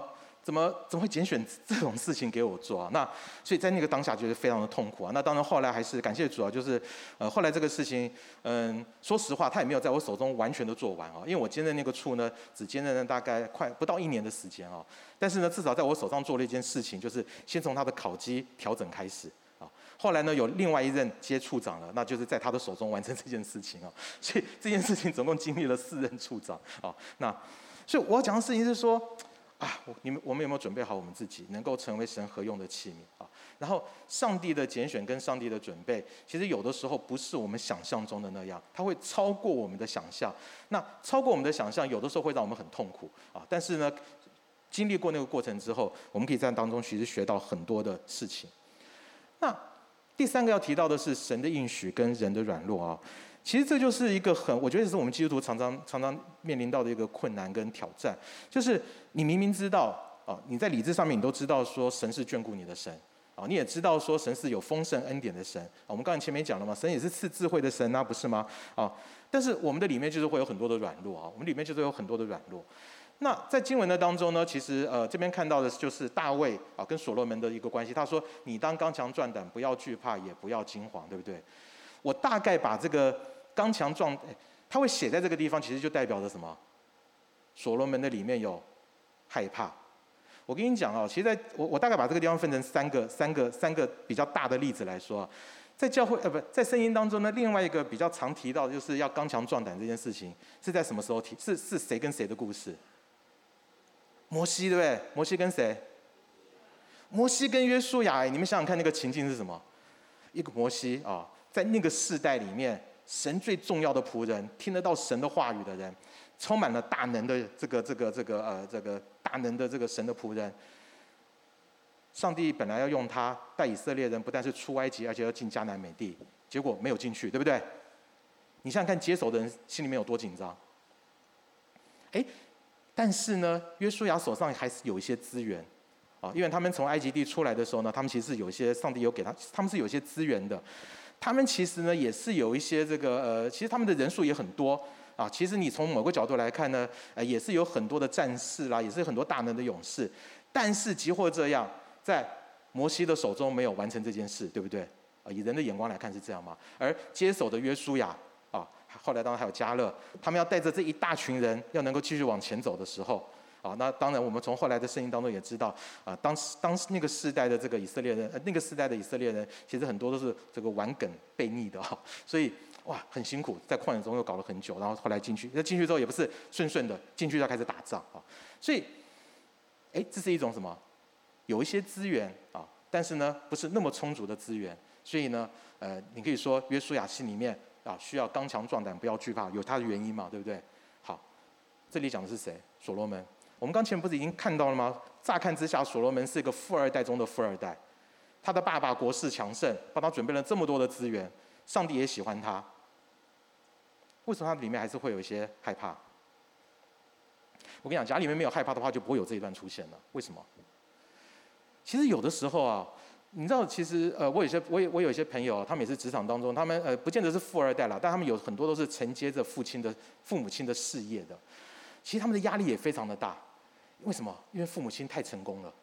A: 怎么怎么会拣选这种事情给我做啊？那所以在那个当下就是非常的痛苦啊。那当然后来还是感谢主啊，就是呃后来这个事情，嗯，说实话他也没有在我手中完全的做完啊，因为我兼任那个处呢，只兼任了大概快不到一年的时间啊。但是呢，至少在我手上做了一件事情，就是先从他的考绩调整开始啊。后来呢，有另外一任接处长了，那就是在他的手中完成这件事情啊。所以这件事情总共经历了四任处长啊。那所以我要讲的事情是说。啊，你们我们有没有准备好我们自己，能够成为神合用的器皿啊？然后，上帝的拣选跟上帝的准备，其实有的时候不是我们想象中的那样，它会超过我们的想象。那超过我们的想象，有的时候会让我们很痛苦啊。但是呢，经历过那个过程之后，我们可以在当中其实学到很多的事情。那第三个要提到的是神的应许跟人的软弱啊。其实这就是一个很，我觉得是我们基督徒常常常常面临到的一个困难跟挑战，就是你明明知道啊，你在理智上面你都知道说神是眷顾你的神啊，你也知道说神是有丰盛恩典的神啊。我们刚才前面讲了嘛，神也是赐智慧的神啊，不是吗？啊，但是我们的里面就是会有很多的软弱啊，我们里面就是有很多的软弱。那在经文的当中呢，其实呃这边看到的就是大卫啊跟所罗门的一个关系。他说：“你当刚强壮胆，不要惧怕，也不要惊惶，对不对？”我大概把这个刚强壮，他会写在这个地方，其实就代表着什么？所罗门的里面有害怕。我跟你讲哦，其实在我我大概把这个地方分成三个三个三个比较大的例子来说，在教会呃不在圣经当中呢，另外一个比较常提到的就是要刚强壮胆这件事情，是在什么时候提？是是谁跟谁的故事？摩西对不对？摩西跟谁？摩西跟约书亚。你们想想看，那个情境是什么？一个摩西啊。在那个世代里面，神最重要的仆人，听得到神的话语的人，充满了大能的这个这个这个呃这个大能的这个神的仆人。上帝本来要用他带以色列人，不但是出埃及，而且要进迦南美地，结果没有进去，对不对？你想想看，接手的人心里面有多紧张？哎，但是呢，约书亚手上还是有一些资源啊，因为他们从埃及地出来的时候呢，他们其实是有一些上帝有给他，他们是有一些资源的。他们其实呢也是有一些这个呃，其实他们的人数也很多啊。其实你从某个角度来看呢，呃，也是有很多的战士啦，也是有很多大能的勇士。但是即或这样，在摩西的手中没有完成这件事，对不对？啊，以人的眼光来看是这样嘛。而接手的约书亚啊，后来当然还有迦勒，他们要带着这一大群人，要能够继续往前走的时候。啊，那当然，我们从后来的圣经当中也知道，啊，当时当时那个世代的这个以色列人，呃，那个世代的以色列人，其实很多都是这个顽梗悖逆的哈、哦，所以哇，很辛苦，在旷野中又搞了很久，然后后来进去，那进去之后也不是顺顺的，进去就开始打仗啊、哦，所以，哎，这是一种什么？有一些资源啊，但是呢，不是那么充足的资源，所以呢，呃，你可以说约书亚心里面啊，需要刚强壮胆，不要惧怕，有他的原因嘛，对不对？好，这里讲的是谁？所罗门。我们刚前不是已经看到了吗？乍看之下，所罗门是一个富二代中的富二代，他的爸爸国势强盛，帮他准备了这么多的资源，上帝也喜欢他。为什么他里面还是会有一些害怕？我跟你讲，假如里面没有害怕的话，就不会有这一段出现了。为什么？其实有的时候啊，你知道，其实呃，我有些我有我有一些朋友，他们也是职场当中，他们呃不见得是富二代啦，但他们有很多都是承接着父亲的父母亲的事业的。其实他们的压力也非常的大。为什么？因为父母亲太成功了。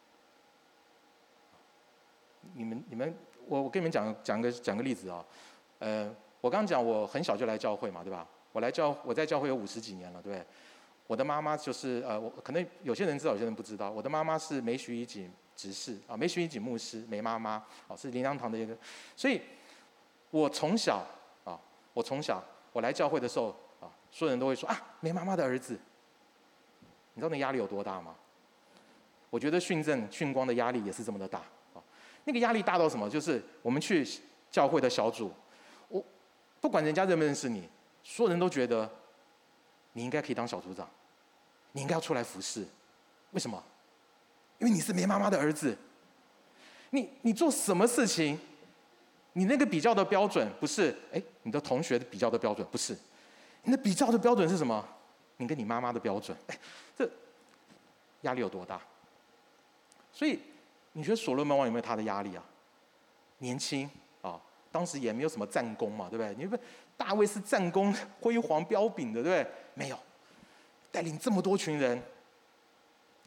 A: 你们、你们，我我跟你们讲讲个讲个例子啊、哦，呃，我刚刚讲我很小就来教会嘛，对吧？我来教我在教会有五十几年了，对不对？我的妈妈就是呃，我可能有些人知道，有些人不知道。我的妈妈是梅许一锦执事啊，梅许一锦牧师，梅妈妈哦，是灵粮堂的一个。所以，我从小啊，我从小我来教会的时候啊，所有人都会说啊，梅妈妈的儿子。你知道那压力有多大吗？我觉得训政训光的压力也是这么的大啊。那个压力大到什么？就是我们去教会的小组，我不管人家认不认识你，所有人都觉得你应该可以当小组长，你应该要出来服侍。为什么？因为你是梅妈妈的儿子。你你做什么事情，你那个比较的标准不是哎你的同学的比较的标准，不是，你的比较的标准是什么？你跟你妈妈的标准，哎，这压力有多大？所以你觉得所罗门王有没有他的压力啊？年轻啊，当时也没有什么战功嘛，对不对？你不大卫是战功辉煌彪炳的，对不对？没有，带领这么多群人，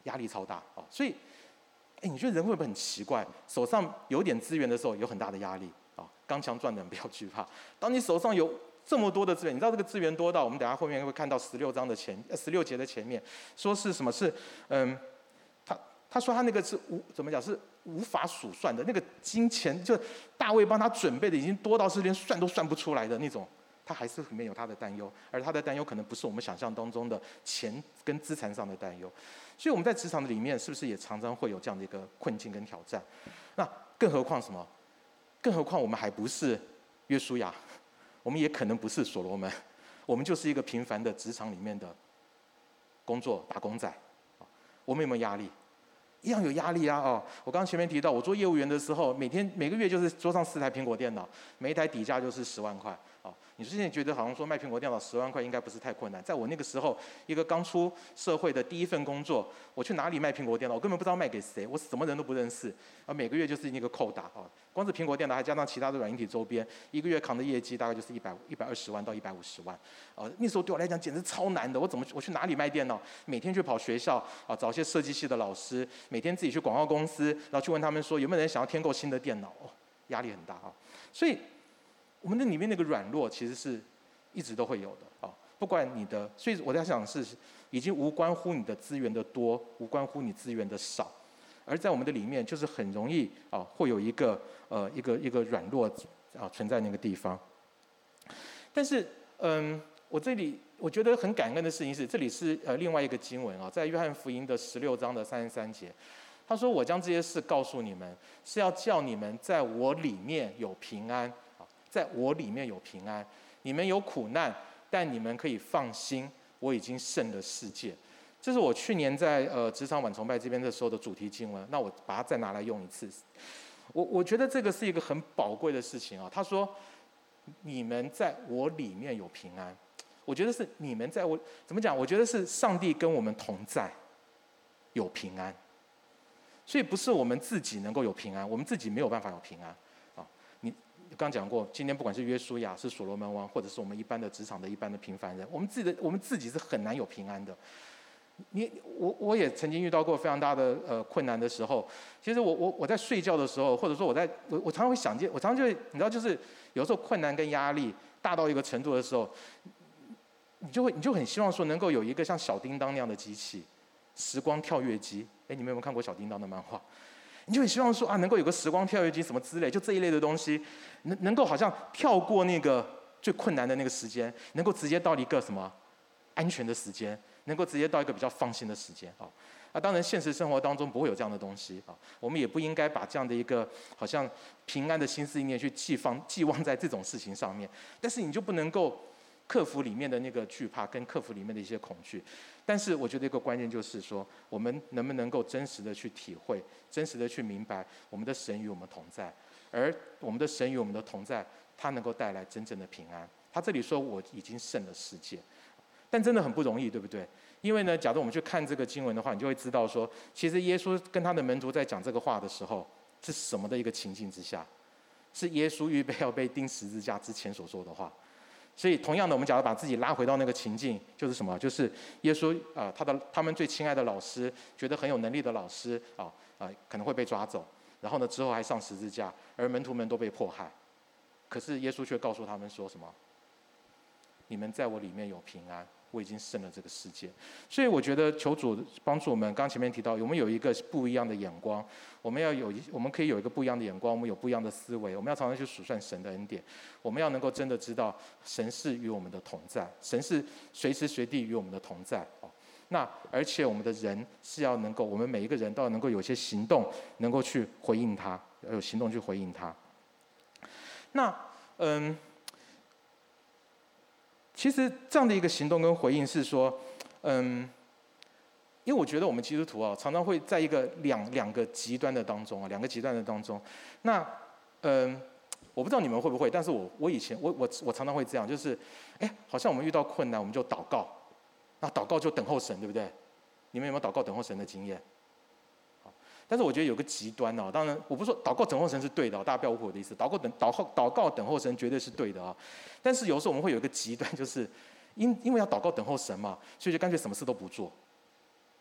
A: 压力超大啊。所以，哎，你觉得人会不会很奇怪？手上有点资源的时候，有很大的压力啊。刚强壮的人不要惧怕。当你手上有这么多的资源，你知道这个资源多到我们等一下后面会看到十六章的前十六节的前面，说是什么？是嗯，他他说他那个是无怎么讲是无法数算的那个金钱，就大卫帮他准备的已经多到是连算都算不出来的那种。他还是里面有他的担忧，而他的担忧可能不是我们想象当中的钱跟资产上的担忧。所以我们在职场的里面，是不是也常常会有这样的一个困境跟挑战？那更何况什么？更何况我们还不是约书亚，我们也可能不是所罗门，我们就是一个平凡的职场里面的工作打工仔。我们有没有压力？一样有压力啊！哦，我刚刚前面提到，我做业务员的时候，每天每个月就是桌上四台苹果电脑，每一台底价就是十万块。哦，你之前觉得好像说卖苹果电脑十万块应该不是太困难，在我那个时候，一个刚出社会的第一份工作，我去哪里卖苹果电脑，我根本不知道卖给谁，我什么人都不认识，啊，每个月就是那个扣打啊，光是苹果电脑还加上其他的软硬体周边，一个月扛的业绩大概就是一百一百二十万到一百五十万，啊，那时候对我来讲简直超难的，我怎么我去哪里卖电脑？每天去跑学校啊，找一些设计系的老师，每天自己去广告公司，然后去问他们说有没有人想要添购新的电脑，哦，压力很大啊，所以我们的里面那个软弱其实是一直都会有的啊，不管你的，所以我在想是已经无关乎你的资源的多，无关乎你资源的少，而在我们的里面就是很容易啊会有一个呃一个一个软弱啊存在那个地方。但是嗯，我这里我觉得很感恩的事情是，这里是呃另外一个经文啊，在约翰福音的十六章的三十三节，他说：“我将这些事告诉你们，是要叫你们在我里面有平安啊，在我里面有平安。你们有苦难，但你们可以放心，我已经胜了世界。”这是我去年在呃职场晚崇拜这边的时候的主题经文，那我把它再拿来用一次。我我觉得这个是一个很宝贵的事情啊。他说：“你们在我里面有平安。”我觉得是你们在我怎么讲？我觉得是上帝跟我们同在，有平安。所以不是我们自己能够有平安，我们自己没有办法有平安啊。你刚讲过，今天不管是约书亚、是所罗门王，或者是我们一般的职场的一般的平凡人，我们自己的我们自己是很难有平安的。你我我也曾经遇到过非常大的呃困难的时候，其实我我我在睡觉的时候，或者说我在我我常常会想见，我常常就会你知道，就是有时候困难跟压力大到一个程度的时候，你就会你就很希望说能够有一个像小叮当那样的机器，时光跳跃机。哎，你们有没有看过小叮当的漫画？你就很希望说啊，能够有个时光跳跃机什么之类，就这一类的东西，能能够好像跳过那个最困难的那个时间，能够直接到一个什么安全的时间，能够直接到一个比较放心的时间啊。啊，当然现实生活当中不会有这样的东西啊，我们也不应该把这样的一个好像平安的心思意念去寄放寄望在这种事情上面，但是你就不能够克服里面的那个惧怕，跟克服里面的一些恐惧。但是我觉得一个关键就是说，我们能不能够真实的去体会，真实的去明白我们的神与我们同在，而我们的神与我们的同在，它能够带来真正的平安。他这里说我已经胜了世界，但真的很不容易，对不对？因为呢，假如我们去看这个经文的话，你就会知道说，其实耶稣跟他的门徒在讲这个话的时候，是什么的一个情境之下？是耶稣预备要被钉十字架之前所说的话。所以，同样的，我们假如把自己拉回到那个情境，就是什么？就是耶稣啊、呃，他的他们最亲爱的老师，觉得很有能力的老师啊啊、呃，可能会被抓走，然后呢，之后还上十字架，而门徒们都被迫害。可是耶稣却告诉他们说什么？你们在我里面有平安，我已经胜了这个世界。所以我觉得求主帮助我们。刚前面提到，我们有一个不一样的眼光，我们要有一，我们可以有一个不一样的眼光，我们有不一样的思维，我们要常常去数算神的恩典，我们要能够真的知道神是与我们的同在，神是随时随地与我们的同在哦。那而且我们的人是要能够，我们每一个人都要能够有些行动，能够去回应他，要有行动去回应他。那嗯。其实这样的一个行动跟回应是说，嗯，因为我觉得我们基督徒啊，常常会在一个两两个极端的当中啊，两个极端的当中。那，嗯，我不知道你们会不会，但是我我以前我我我常常会这样，就是，哎，好像我们遇到困难，我们就祷告，那祷告就等候神，对不对？你们有没有祷告等候神的经验？但是我觉得有个极端哦，当然我不是说祷告等候神是对的、哦，大家不要误会我的意思。祷告等祷告祷告等候神绝对是对的啊、哦，但是有时候我们会有一个极端，就是因因为要祷告等候神嘛，所以就干脆什么事都不做。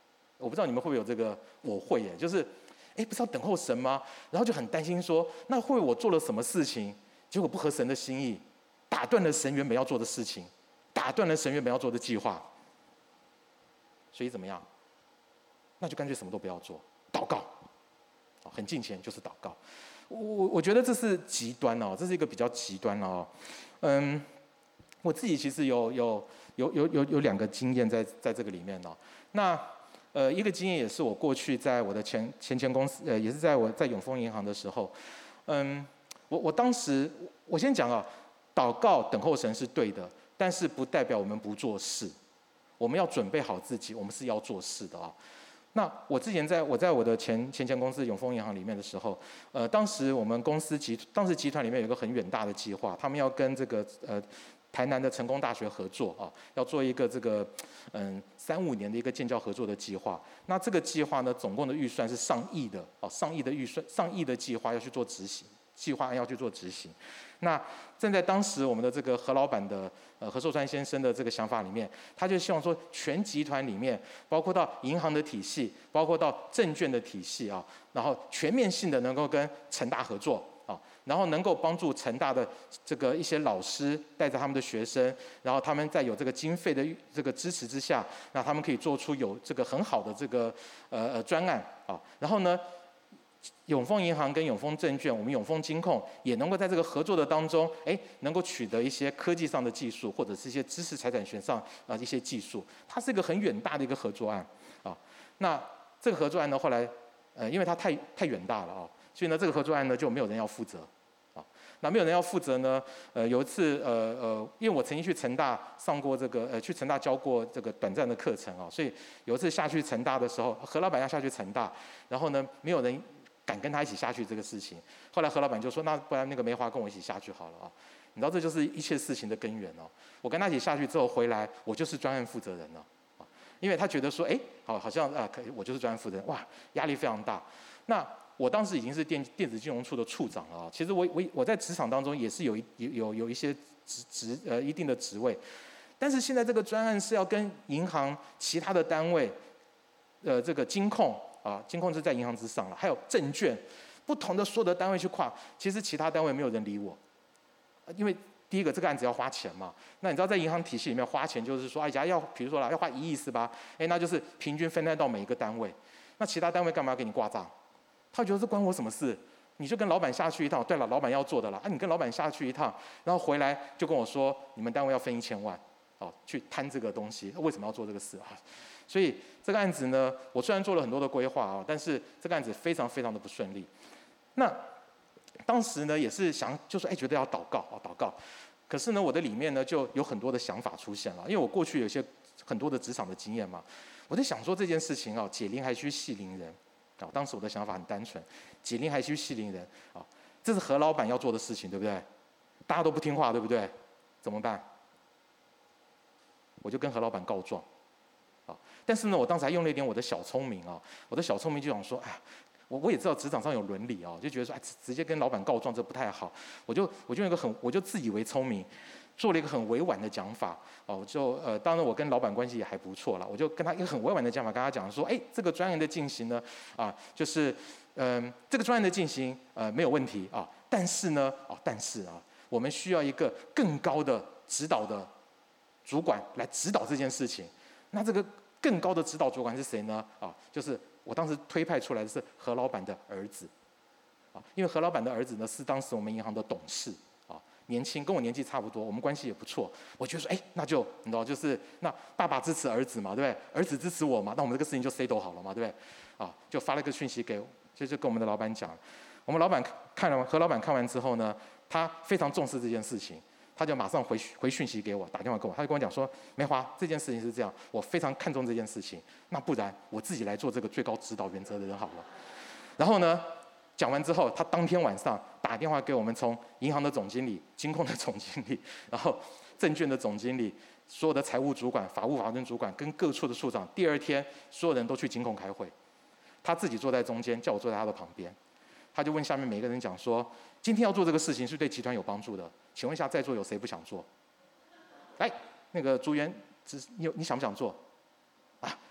A: 我不知道你们会不会有这个，我会耶，就是，哎，不是要等候神吗？然后就很担心说，那会我做了什么事情，结果不合神的心意，打断了神原本要做的事情，打断了神原本要做的计划。所以怎么样？那就干脆什么都不要做，祷告，很敬虔就是祷告。我我我觉得这是极端哦，这是一个比较极端哦。嗯，我自己其实有有有有有有两个经验在在这个里面哦。那呃一个经验也是我过去在我的前前前公司，呃也是在我在永丰银行的时候，嗯，我我当时我先讲啊，祷告等候神是对的，但是不代表我们不做事。我们要准备好自己，我们是要做事的啊。那我之前在我在我的前前前公司永丰银行里面的时候，呃，当时我们公司集当时集团里面有一个很远大的计划，他们要跟这个呃台南的成功大学合作啊，要做一个这个嗯三五年的一个建教合作的计划。那这个计划呢，总共的预算是上亿的哦，上亿的预算，上亿的计划要去做执行。计划案要去做执行，那站在当时我们的这个何老板的呃何寿川先生的这个想法里面，他就希望说全集团里面，包括到银行的体系，包括到证券的体系啊，然后全面性的能够跟成大合作啊，然后能够帮助成大的这个一些老师带着他们的学生，然后他们在有这个经费的这个支持之下，那他们可以做出有这个很好的这个呃呃专案啊，然后呢。永丰银行跟永丰证券，我们永丰金控也能够在这个合作的当中，哎，能够取得一些科技上的技术，或者是一些知识财产权上啊一些技术。它是一个很远大的一个合作案啊。那这个合作案呢，后来呃，因为它太太远大了啊，所以呢，这个合作案呢就没有人要负责啊。那没有人要负责呢，呃，有一次呃呃，因为我曾经去成大上过这个呃，去成大教过这个短暂的课程啊，所以有一次下去成大的时候，何老板要下去成大，然后呢，没有人敢跟他一起下去这个事情，后来何老板就说：“那不然那个梅华跟我一起下去好了啊。”你知道这就是一切事情的根源哦。我跟他一起下去之后回来，我就是专案负责人了啊，因为他觉得说：“哎，好，好像啊，可以，我就是专案负责人，哇，压力非常大。”那我当时已经是电电子金融处的处长了啊。其实我我我在职场当中也是有一有有有一些职职呃一定的职位，但是现在这个专案是要跟银行其他的单位，呃，这个金控。啊，金控是在银行之上了，还有证券，不同的所有的单位去跨，其实其他单位没有人理我，因为第一个这个案子要花钱嘛，那你知道在银行体系里面花钱就是说，哎呀要比如说啦要花一亿是吧？哎，那就是平均分担到每一个单位，那其他单位干嘛要给你挂账？他觉得这关我什么事？你就跟老板下去一趟，对了，老板要做的了，啊，你跟老板下去一趟，然后回来就跟我说，你们单位要分一千万，哦，去摊这个东西，为什么要做这个事啊？所以这个案子呢，我虽然做了很多的规划啊，但是这个案子非常非常的不顺利。那当时呢，也是想就说，哎，觉得要祷告啊，祷告。可是呢，我的里面呢就有很多的想法出现了，因为我过去有些很多的职场的经验嘛，我在想说这件事情啊，解铃还须系铃人啊。当时我的想法很单纯，解铃还须系铃人啊，这是何老板要做的事情，对不对？大家都不听话，对不对？怎么办？我就跟何老板告状。但是呢，我当时还用了一点我的小聪明啊，我的小聪明就想说，哎，我我也知道职场上有伦理啊，就觉得说，哎，直接跟老板告状这不太好，我就我就用一个很，我就自以为聪明，做了一个很委婉的讲法，哦，就呃，当然我跟老板关系也还不错了，我就跟他一个很委婉的讲法，跟他讲说，哎，这个专案的进行呢，啊，就是嗯、呃，这个专案的进行呃没有问题啊，但是呢，哦，但是啊，我们需要一个更高的指导的主管来指导这件事情，那这个。更高的指导主管是谁呢？啊，就是我当时推派出来的是何老板的儿子，啊，因为何老板的儿子呢是当时我们银行的董事，啊，年轻跟我年纪差不多，我们关系也不错。我觉得说，哎，那就你知道，就是那爸爸支持儿子嘛，对不对？儿子支持我嘛，那我们这个事情就 settle 好了嘛，对不对？啊，就发了个讯息给，就就跟我们的老板讲，我们老板看了何老板看完之后呢，他非常重视这件事情。他就马上回回讯息给我，打电话给我，他就跟我讲说：“梅华，这件事情是这样，我非常看重这件事情，那不然我自己来做这个最高指导原则的人好了。”然后呢，讲完之后，他当天晚上打电话给我们从银行的总经理、金控的总经理，然后证券的总经理、所有的财务主管、法务法人主管跟各处的处长，第二天所有人都去金控开会，他自己坐在中间，叫我坐在他的旁边。他就问下面每个人讲说：“今天要做这个事情是对集团有帮助的，请问一下在座有谁不想做？来，那个朱元，你有你想不想做？啊，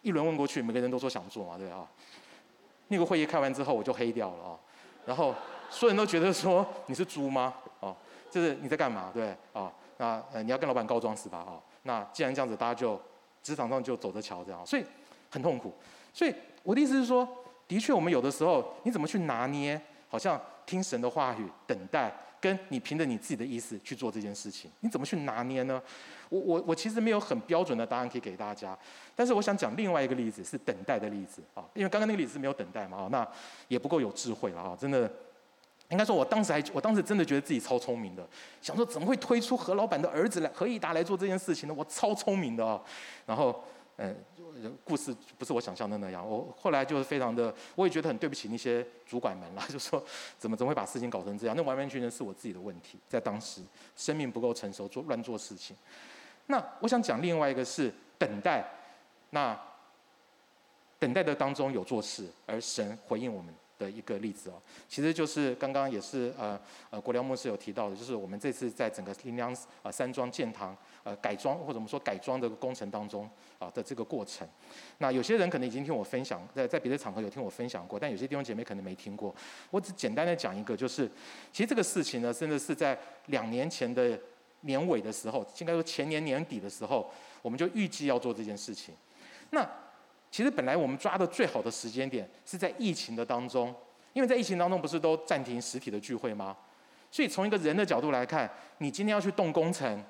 A: 一轮问过去，每个人都说想做嘛，对啊。那个会议开完之后，我就黑掉了啊。然后所有人都觉得说你是猪吗？哦，就是你在干嘛？对啊，那呃你要跟老板告状是吧？哦，那既然这样子，大家就职场上就走着瞧这样，所以很痛苦。所以我的意思是说，的确我们有的时候你怎么去拿捏，好像听神的话语，等待，跟你凭着你自己的意思去做这件事情，你怎么去拿捏呢？我我我其实没有很标准的答案可以给大家，但是我想讲另外一个例子是等待的例子啊，因为刚刚那个例子是没有等待嘛啊，那也不够有智慧了啊，真的。应该说，我当时还，我当时真的觉得自己超聪明的，想说怎么会推出何老板的儿子来何以达来做这件事情呢？我超聪明的啊！然后，嗯，故事不是我想象的那样。我后来就是非常的，我也觉得很对不起那些主管们啦，就说怎么怎么会把事情搞成这样？那完完全全是我自己的问题，在当时生命不够成熟，做乱做事情。那我想讲另外一个是等待，那等待的当中有做事，而神回应我们的一个例子哦，其实就是刚刚也是呃呃国良牧师有提到的，就是我们这次在整个灵粮呃山庄建堂呃改装或者我们说改装的工程当中啊的这个过程。那有些人可能已经听我分享，在在别的场合有听我分享过，但有些弟兄姐妹可能没听过。我只简单的讲一个，就是其实这个事情呢，真的是在两年前的年尾的时候，应该说前年年底的时候，我们就预计要做这件事情。那其实本来我们抓的最好的时间点是在疫情的当中，因为在疫情当中不是都暂停实体的聚会吗？所以从一个人的角度来看，你今天要去动工程，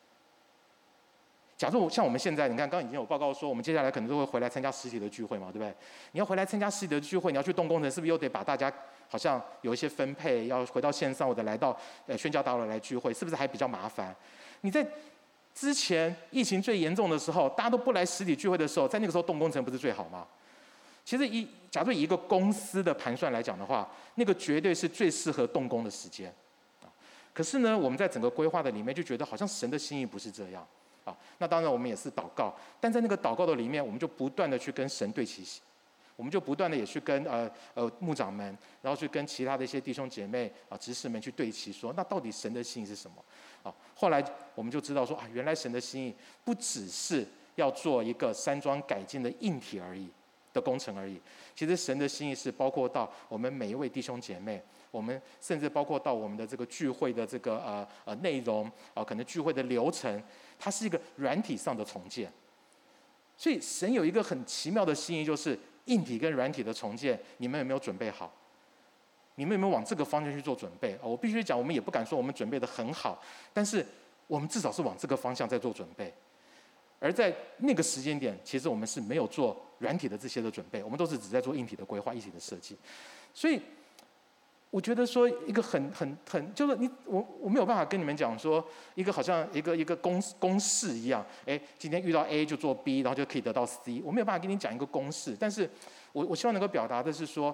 A: 假如像我们现在，你看刚刚已经有报告说，我们接下来可能都会回来参加实体的聚会嘛，对不对？你要回来参加实体的聚会，你要去动工程，是不是又得把大家好像有一些分配，要回到线上或者来到呃宣教大楼来聚会，是不是还比较麻烦？你在之前疫情最严重的时候，大家都不来实体聚会的时候，在那个时候动工程不是最好吗？其实以假如以一个公司的盘算来讲的话，那个绝对是最适合动工的时间。可是呢，我们在整个规划的里面就觉得好像神的心意不是这样啊。那当然我们也是祷告，但在那个祷告的里面，我们就不断的去跟神对齐，我们就不断的也去跟呃呃牧长们，然后去跟其他的一些弟兄姐妹啊执事们去对齐，说那到底神的心意是什么？啊，后来我们就知道说啊，原来神的心意不只是要做一个山庄改进的硬体而已的工程而已，其实神的心意是包括到我们每一位弟兄姐妹，我们甚至包括到我们的这个聚会的这个呃呃内容啊、呃，可能聚会的流程，它是一个软体上的重建。所以神有一个很奇妙的心意，就是硬体跟软体的重建，你们有没有准备好？你们有没有往这个方向去做准备？我必须讲，我们也不敢说我们准备的很好，但是我们至少是往这个方向在做准备。而在那个时间点，其实我们是没有做软体的这些的准备，我们都是只在做硬体的规划、硬体的设计。所以，我觉得说一个很很很，就是你我我没有办法跟你们讲说一个好像一个一个公公式一样，哎，今天遇到 A 就做 B， 然后就可以得到 C。我没有办法跟你讲一个公式，但是我我希望能够表达的是说，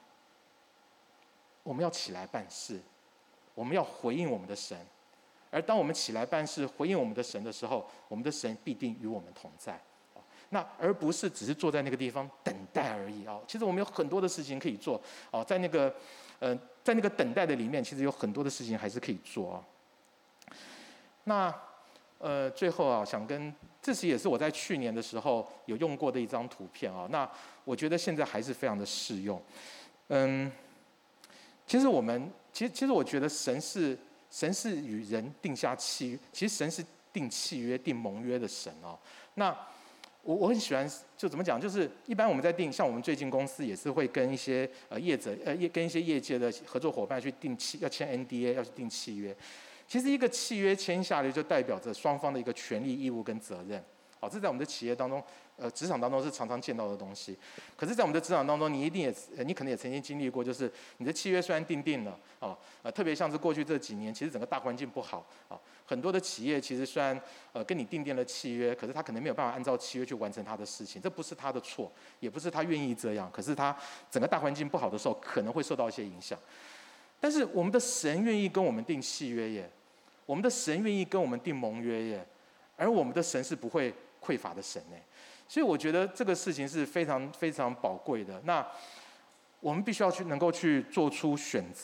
A: 我们要起来办事，我们要回应我们的神，而当我们起来办事、回应我们的神的时候，我们的神必定与我们同在。那而不是只是坐在那个地方等待而已啊！其实我们有很多的事情可以做啊，在那个呃，在那个等待的里面，其实有很多的事情还是可以做啊。那呃，最后啊，想跟这是也是我在去年的时候有用过的一张图片啊。那我觉得现在还是非常的适用。嗯。其实我们，其实其实我觉得神是神是与人定下契约，其实神是定契约、定盟约的神哦。那我我很喜欢，就怎么讲，就是一般我们在定，像我们最近公司也是会跟一些呃业者呃业跟一些业界的合作伙伴去定契，要签 N D A， 要去定契约。其实一个契约签下来，就代表着双方的一个权利、义务跟责任。好，这在我们的企业当中。呃，职场当中是常常见到的东西，可是，在我们的职场当中，你一定也，呃，你可能也曾经经历过，就是你的契约虽然订定了，哦，呃，特别像是过去这几年，其实整个大环境不好，啊，很多的企业其实虽然呃跟你订定了契约，可是他可能没有办法按照契约去完成他的事情，这不是他的错，也不是他愿意这样，可是他整个大环境不好的时候，可能会受到一些影响。但是我们的神愿意跟我们订契约耶，我们的神愿意跟我们订盟约耶，而我们的神是不会匮乏的神耶。所以我觉得这个事情是非常非常宝贵的。那我们必须要去能够去做出选择哦。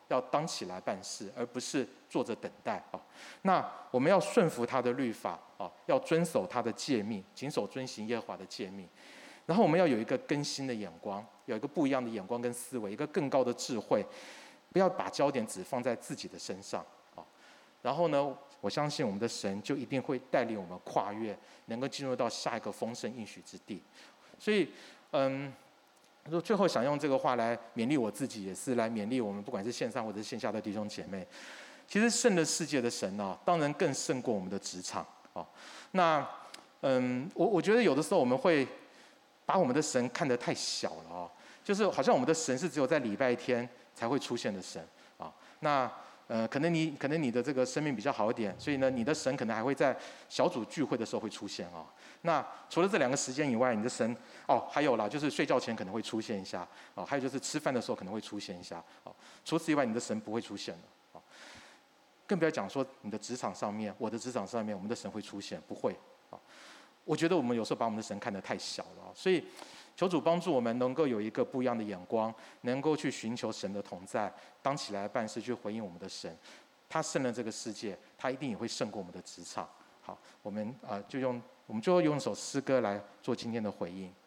A: 要当起来办事，而不是坐着等待啊。那我们要顺服他的律法啊，要遵守他的诫命，谨守遵行耶和华的诫命。然后我们要有一个更新的眼光，有一个不一样的眼光跟思维，一个更高的智慧，不要把焦点只放在自己的身上啊。然后呢，我相信我们的神就一定会带领我们跨越，能够进入到下一个丰盛应许之地。所以，嗯。最后想用这个话来勉励我自己，也是来勉励我们，不管是线上或者是线下的弟兄姐妹。其实胜了世界的神啊，当然更胜过我们的职场啊。那嗯，我我觉得有的时候我们会把我们的神看得太小了啊，就是好像我们的神是只有在礼拜天才会出现的神啊。那呃，可能你可能你的这个生命比较好一点，所以呢，你的神可能还会在小组聚会的时候会出现啊。那除了这两个时间以外，你的神哦，还有啦，就是睡觉前可能会出现一下哦，还有就是吃饭的时候可能会出现一下哦。除此以外，你的神不会出现的哦。更不要讲说你的职场上面，我的职场上面，我们的神会出现，不会哦。我觉得我们有时候把我们的神看得太小了，所以求主帮助我们能够有一个不一样的眼光，能够去寻求神的同在，当起来办事去回应我们的神。他胜了这个世界，他一定也会胜过我们的职场。好，我们啊、呃、就用我们最后用一首诗歌来做今天的回应。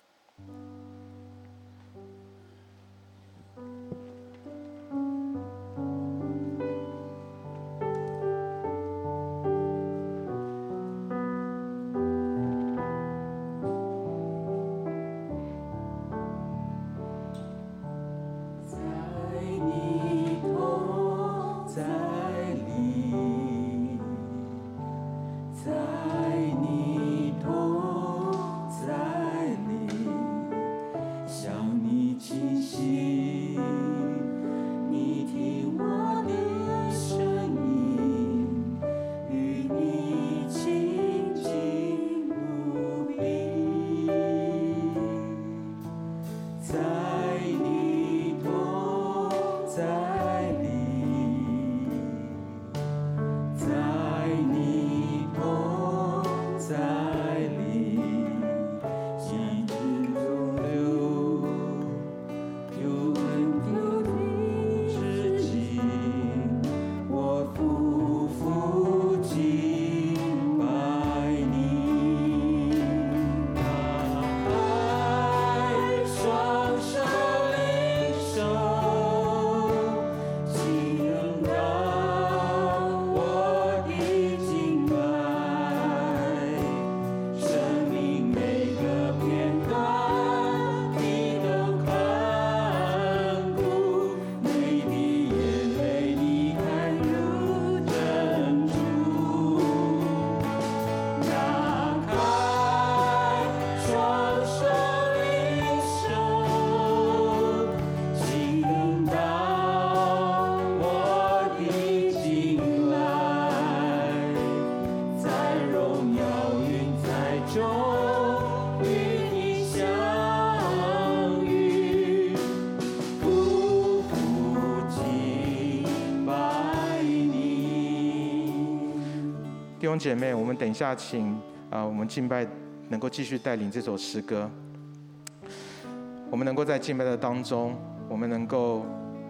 A: 弟兄姐妹，我们等一下请啊、呃，我们敬拜能够继续带领这首诗歌。我们能够在敬拜的当中，我们能够，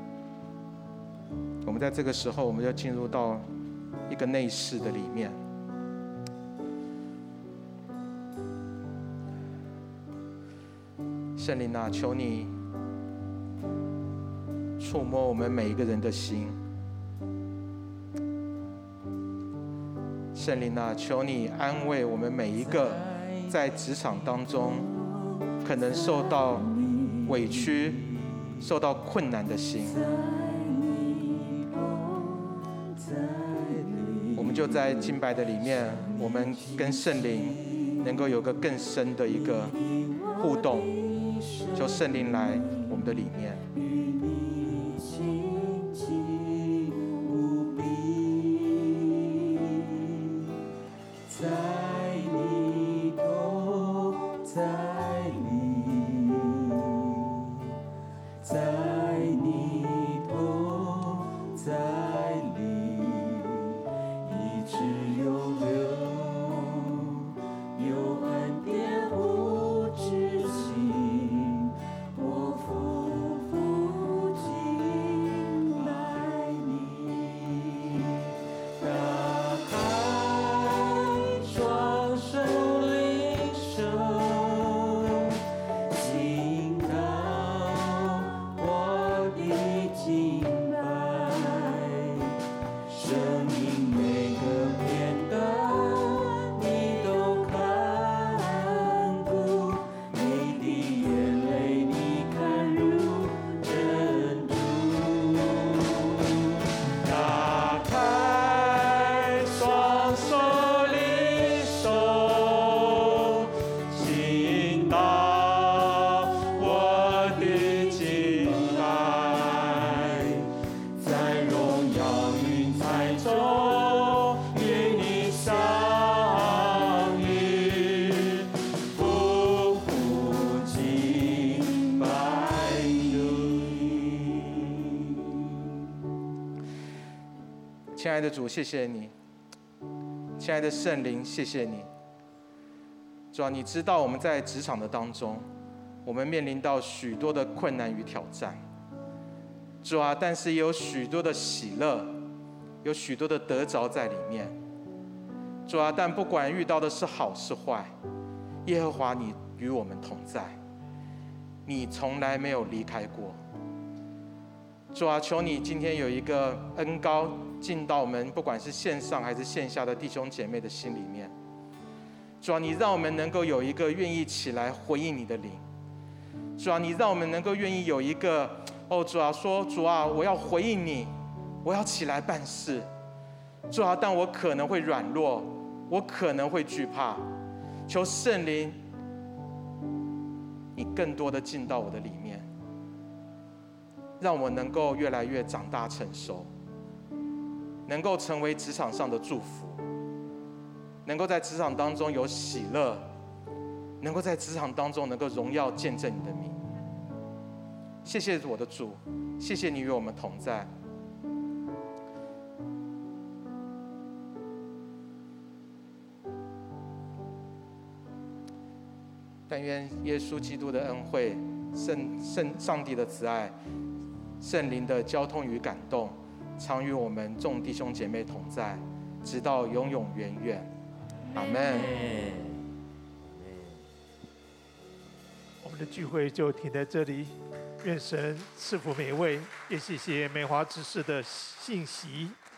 A: 我们在这个时候，我们要进入到一个内室的里面。圣灵啊，求你触摸我们每一个人的心。圣灵啊，求你安慰我们每一个在职场当中可能受到委屈、受到困难的心。我们就在敬拜的里面，我们跟圣灵能够有个更深的一个互动，求圣灵来我们的里面。 亲爱的主，谢谢你，亲爱的圣灵，谢谢你。主啊，你知道我们在职场的当中，我们面临到许多的困难与挑战。主啊，但是也有许多的喜乐，有许多的得着在里面。主啊，但不管遇到的是好是坏，耶和华你与我们同在，你从来没有离开过。主啊，求你今天有一个恩膏进到我们不管是线上还是线下的弟兄姐妹的心里面。主啊，你让我们能够有一个愿意起来回应你的灵。主啊，你让我们能够愿意有一个哦，主啊，说主啊，我要回应你，我要起来办事。主啊，但我可能会软弱，我可能会惧怕。求圣灵，你更多的进到我的里面，让我能够越来越长大成熟，能够成为职场上的祝福，能够在职场当中有喜乐，能够在职场当中能够荣耀见证你的名。谢谢我的主，谢谢你与我们同在。但愿耶稣基督的恩惠、圣圣上帝的慈爱、圣灵的交通与感动，常与我们众弟兄姐妹同在，直到永永远远。阿们。
B: 我们的聚会就停在这里，愿神赐福每位，也谢谢美华执事的信息。